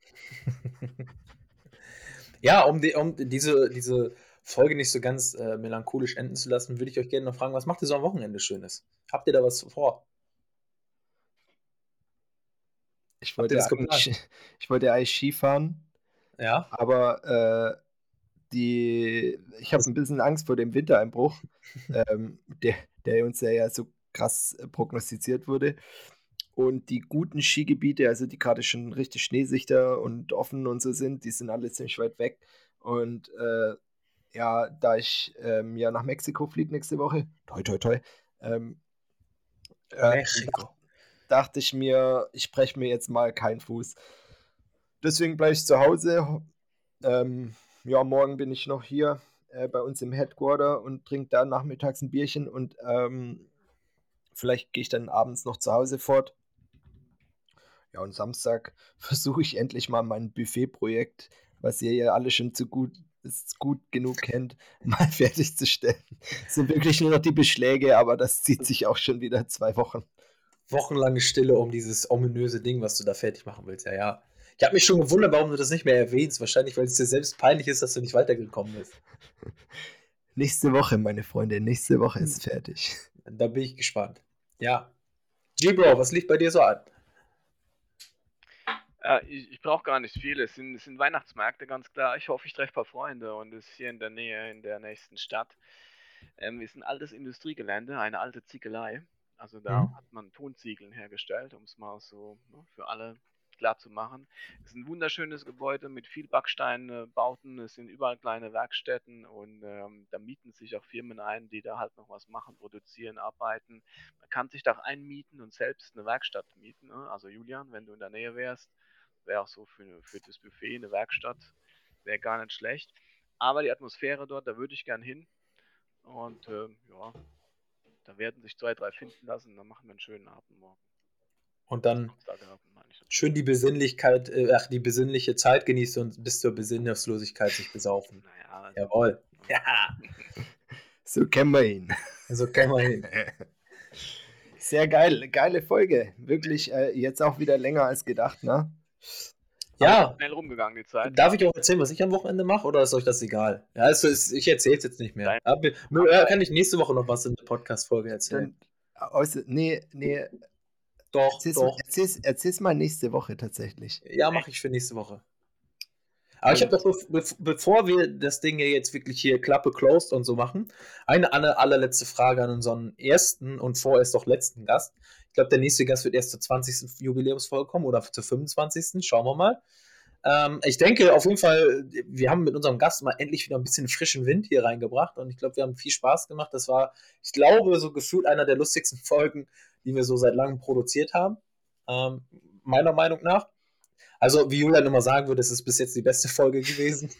Ja, um diese Folge nicht so ganz melancholisch enden zu lassen, würde ich euch gerne noch fragen, was macht ihr so am Wochenende Schönes? Habt ihr da was vor? Ich wollte eigentlich Skifahren, Ja. aber ich habe ein bisschen Angst vor dem Wintereinbruch, der uns ja so krass prognostiziert wurde. Und die guten Skigebiete, also die gerade schon richtig schneesicher und offen und so sind, die sind alle ziemlich weit weg. Und ja, da ich ja nach Mexiko fliege nächste Woche, toi toi toi, Mexiko. dachte ich mir, ich breche mir jetzt mal keinen Fuß. Deswegen bleibe ich zu Hause. Ja, morgen bin ich noch hier bei uns im Headquarter und trinke da nachmittags ein Bierchen und vielleicht gehe ich dann abends noch zu Hause fort. Ja, und Samstag versuche ich endlich mal mein Buffet-Projekt, was ihr ja alle schon gut genug kennt, mal fertigzustellen. Es sind wirklich nur noch die Beschläge, aber das zieht sich auch schon wieder 2 Wochen. Wochenlange Stille um dieses ominöse Ding, was du da fertig machen willst. Ja, ja. Ich habe mich schon gewundert, warum du das nicht mehr erwähnst. Wahrscheinlich, weil es dir selbst peinlich ist, dass du nicht weitergekommen bist. Nächste Woche, meine Freunde, nächste Woche ist fertig. Da bin ich gespannt. Ja. G-Bro, was liegt bei dir so an? Ich brauche gar nicht viel. Es sind Weihnachtsmärkte, ganz klar. Ich hoffe, ich treffe ein paar Freunde und es ist hier in der Nähe, in der nächsten Stadt. Ist ein altes Industriegelände, eine alte Ziegelei. Also da hat man Tonziegeln hergestellt, um es mal so für alle klar zu machen. Es ist ein wunderschönes Gebäude mit viel Backsteinbauten. Es sind überall kleine Werkstätten und da mieten sich auch Firmen ein, die da halt noch was machen, produzieren, arbeiten. Man kann sich da auch einmieten und selbst eine Werkstatt mieten. Ne? Also Julian, wenn du in der Nähe wärst, wäre auch so für das Buffet eine Werkstatt, wäre gar nicht schlecht. Aber die Atmosphäre dort, da würde ich gern hin. Und ja, da werden sich 2, 3 finden lassen, dann machen wir einen schönen Abend morgen. Und dann schön die Besinnlichkeit, die besinnliche Zeit genießen und bis zur Besinnungslosigkeit sich besaufen. Naja, also, jawohl. Ja. So kennen wir ihn. So kennen wir ihn. Sehr geil, geile Folge. Wirklich jetzt auch wieder länger als gedacht, ne? Ja. Schnell rumgegangen die Zeit. Darf ich auch erzählen, was ich am Wochenende mache, oder ist euch das egal? Ja, also ich erzähle es jetzt nicht mehr. Kann ich nächste Woche noch was in der Podcast-Folge erzählen? Nee. Doch. Erzähl's mal nächste Woche tatsächlich. Ja, mache ich für nächste Woche. Aber ich habe doch, bevor wir das Ding jetzt wirklich hier Klappe closed und so machen, eine allerletzte Frage an unseren ersten und vorerst auch letzten Gast. Ich glaube, der nächste Gast wird erst zur 20. Jubiläumsfolge kommen oder zur 25. Schauen wir mal. Ich denke auf jeden Fall, wir haben mit unserem Gast mal endlich wieder ein bisschen frischen Wind hier reingebracht und ich glaube, wir haben viel Spaß gemacht. Das war, ich glaube, so gefühlt einer der lustigsten Folgen, die wir so seit langem produziert haben. Meiner Meinung nach. Also, wie Julian immer sagen würde, es ist bis jetzt die beste Folge gewesen.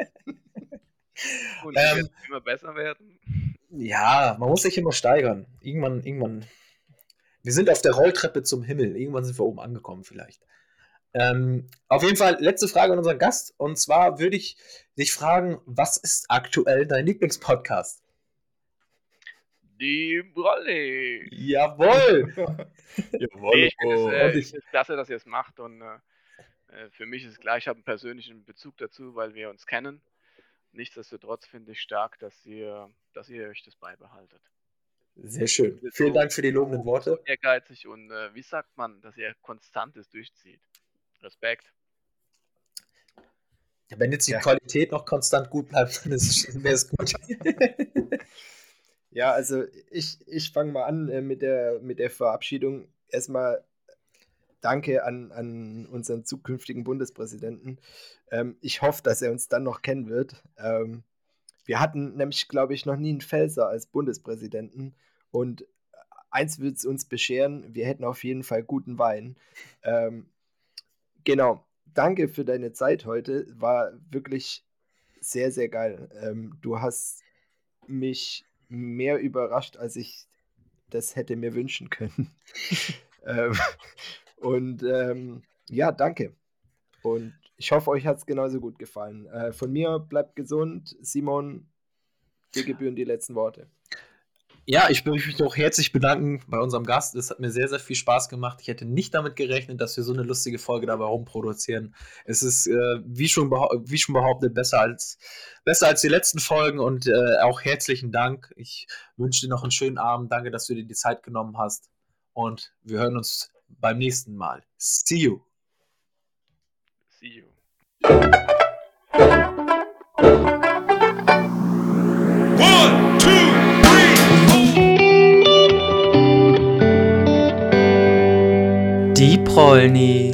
Und die wird immer besser werden. Ja, man muss sich immer steigern. Irgendwann. Wir sind auf der Rolltreppe zum Himmel. Irgendwann sind wir oben angekommen vielleicht. Auf jeden Fall, letzte Frage an unseren Gast. Und zwar würde ich dich fragen, was ist aktuell dein Lieblingspodcast? Die Brolli. Jawohl! Nee, ich finde Und es klasse, dass ihr es macht und für mich ist es gleich, ich habe einen persönlichen Bezug dazu, weil wir uns kennen. Nichtsdestotrotz finde ich stark, dass ihr euch das beibehaltet. Sehr schön. Vielen Dank für die lobenden Worte. So ehrgeizig und wie sagt man, dass ihr Konstantes durchzieht. Respekt. Wenn jetzt die Qualität noch konstant gut bleibt, dann wäre es gut. Ja, also ich fange mal an mit der Verabschiedung. Erstmal danke an unseren zukünftigen Bundespräsidenten. Ich hoffe, dass er uns dann noch kennen wird. Wir hatten nämlich, glaube ich, noch nie einen Pfälzer als Bundespräsidenten. Und eins wird es uns bescheren, wir hätten auf jeden Fall guten Wein. Genau. Danke für deine Zeit heute. War wirklich sehr, sehr geil. Du hast mich mehr überrascht, als ich das hätte mir wünschen können. Ja, danke. Und ich hoffe, euch hat es genauso gut gefallen. Von mir bleibt gesund. Simon, dir gebühren die letzten Worte. Ja, ich möchte mich auch herzlich bedanken bei unserem Gast. Es hat mir sehr, sehr viel Spaß gemacht. Ich hätte nicht damit gerechnet, dass wir so eine lustige Folge dabei rumproduzieren. Es ist, wie schon behauptet, besser als die letzten Folgen und auch herzlichen Dank. Ich wünsche dir noch einen schönen Abend. Danke, dass du dir die Zeit genommen hast. Und wir hören uns beim nächsten Mal. See you. See you. Die Prolnis.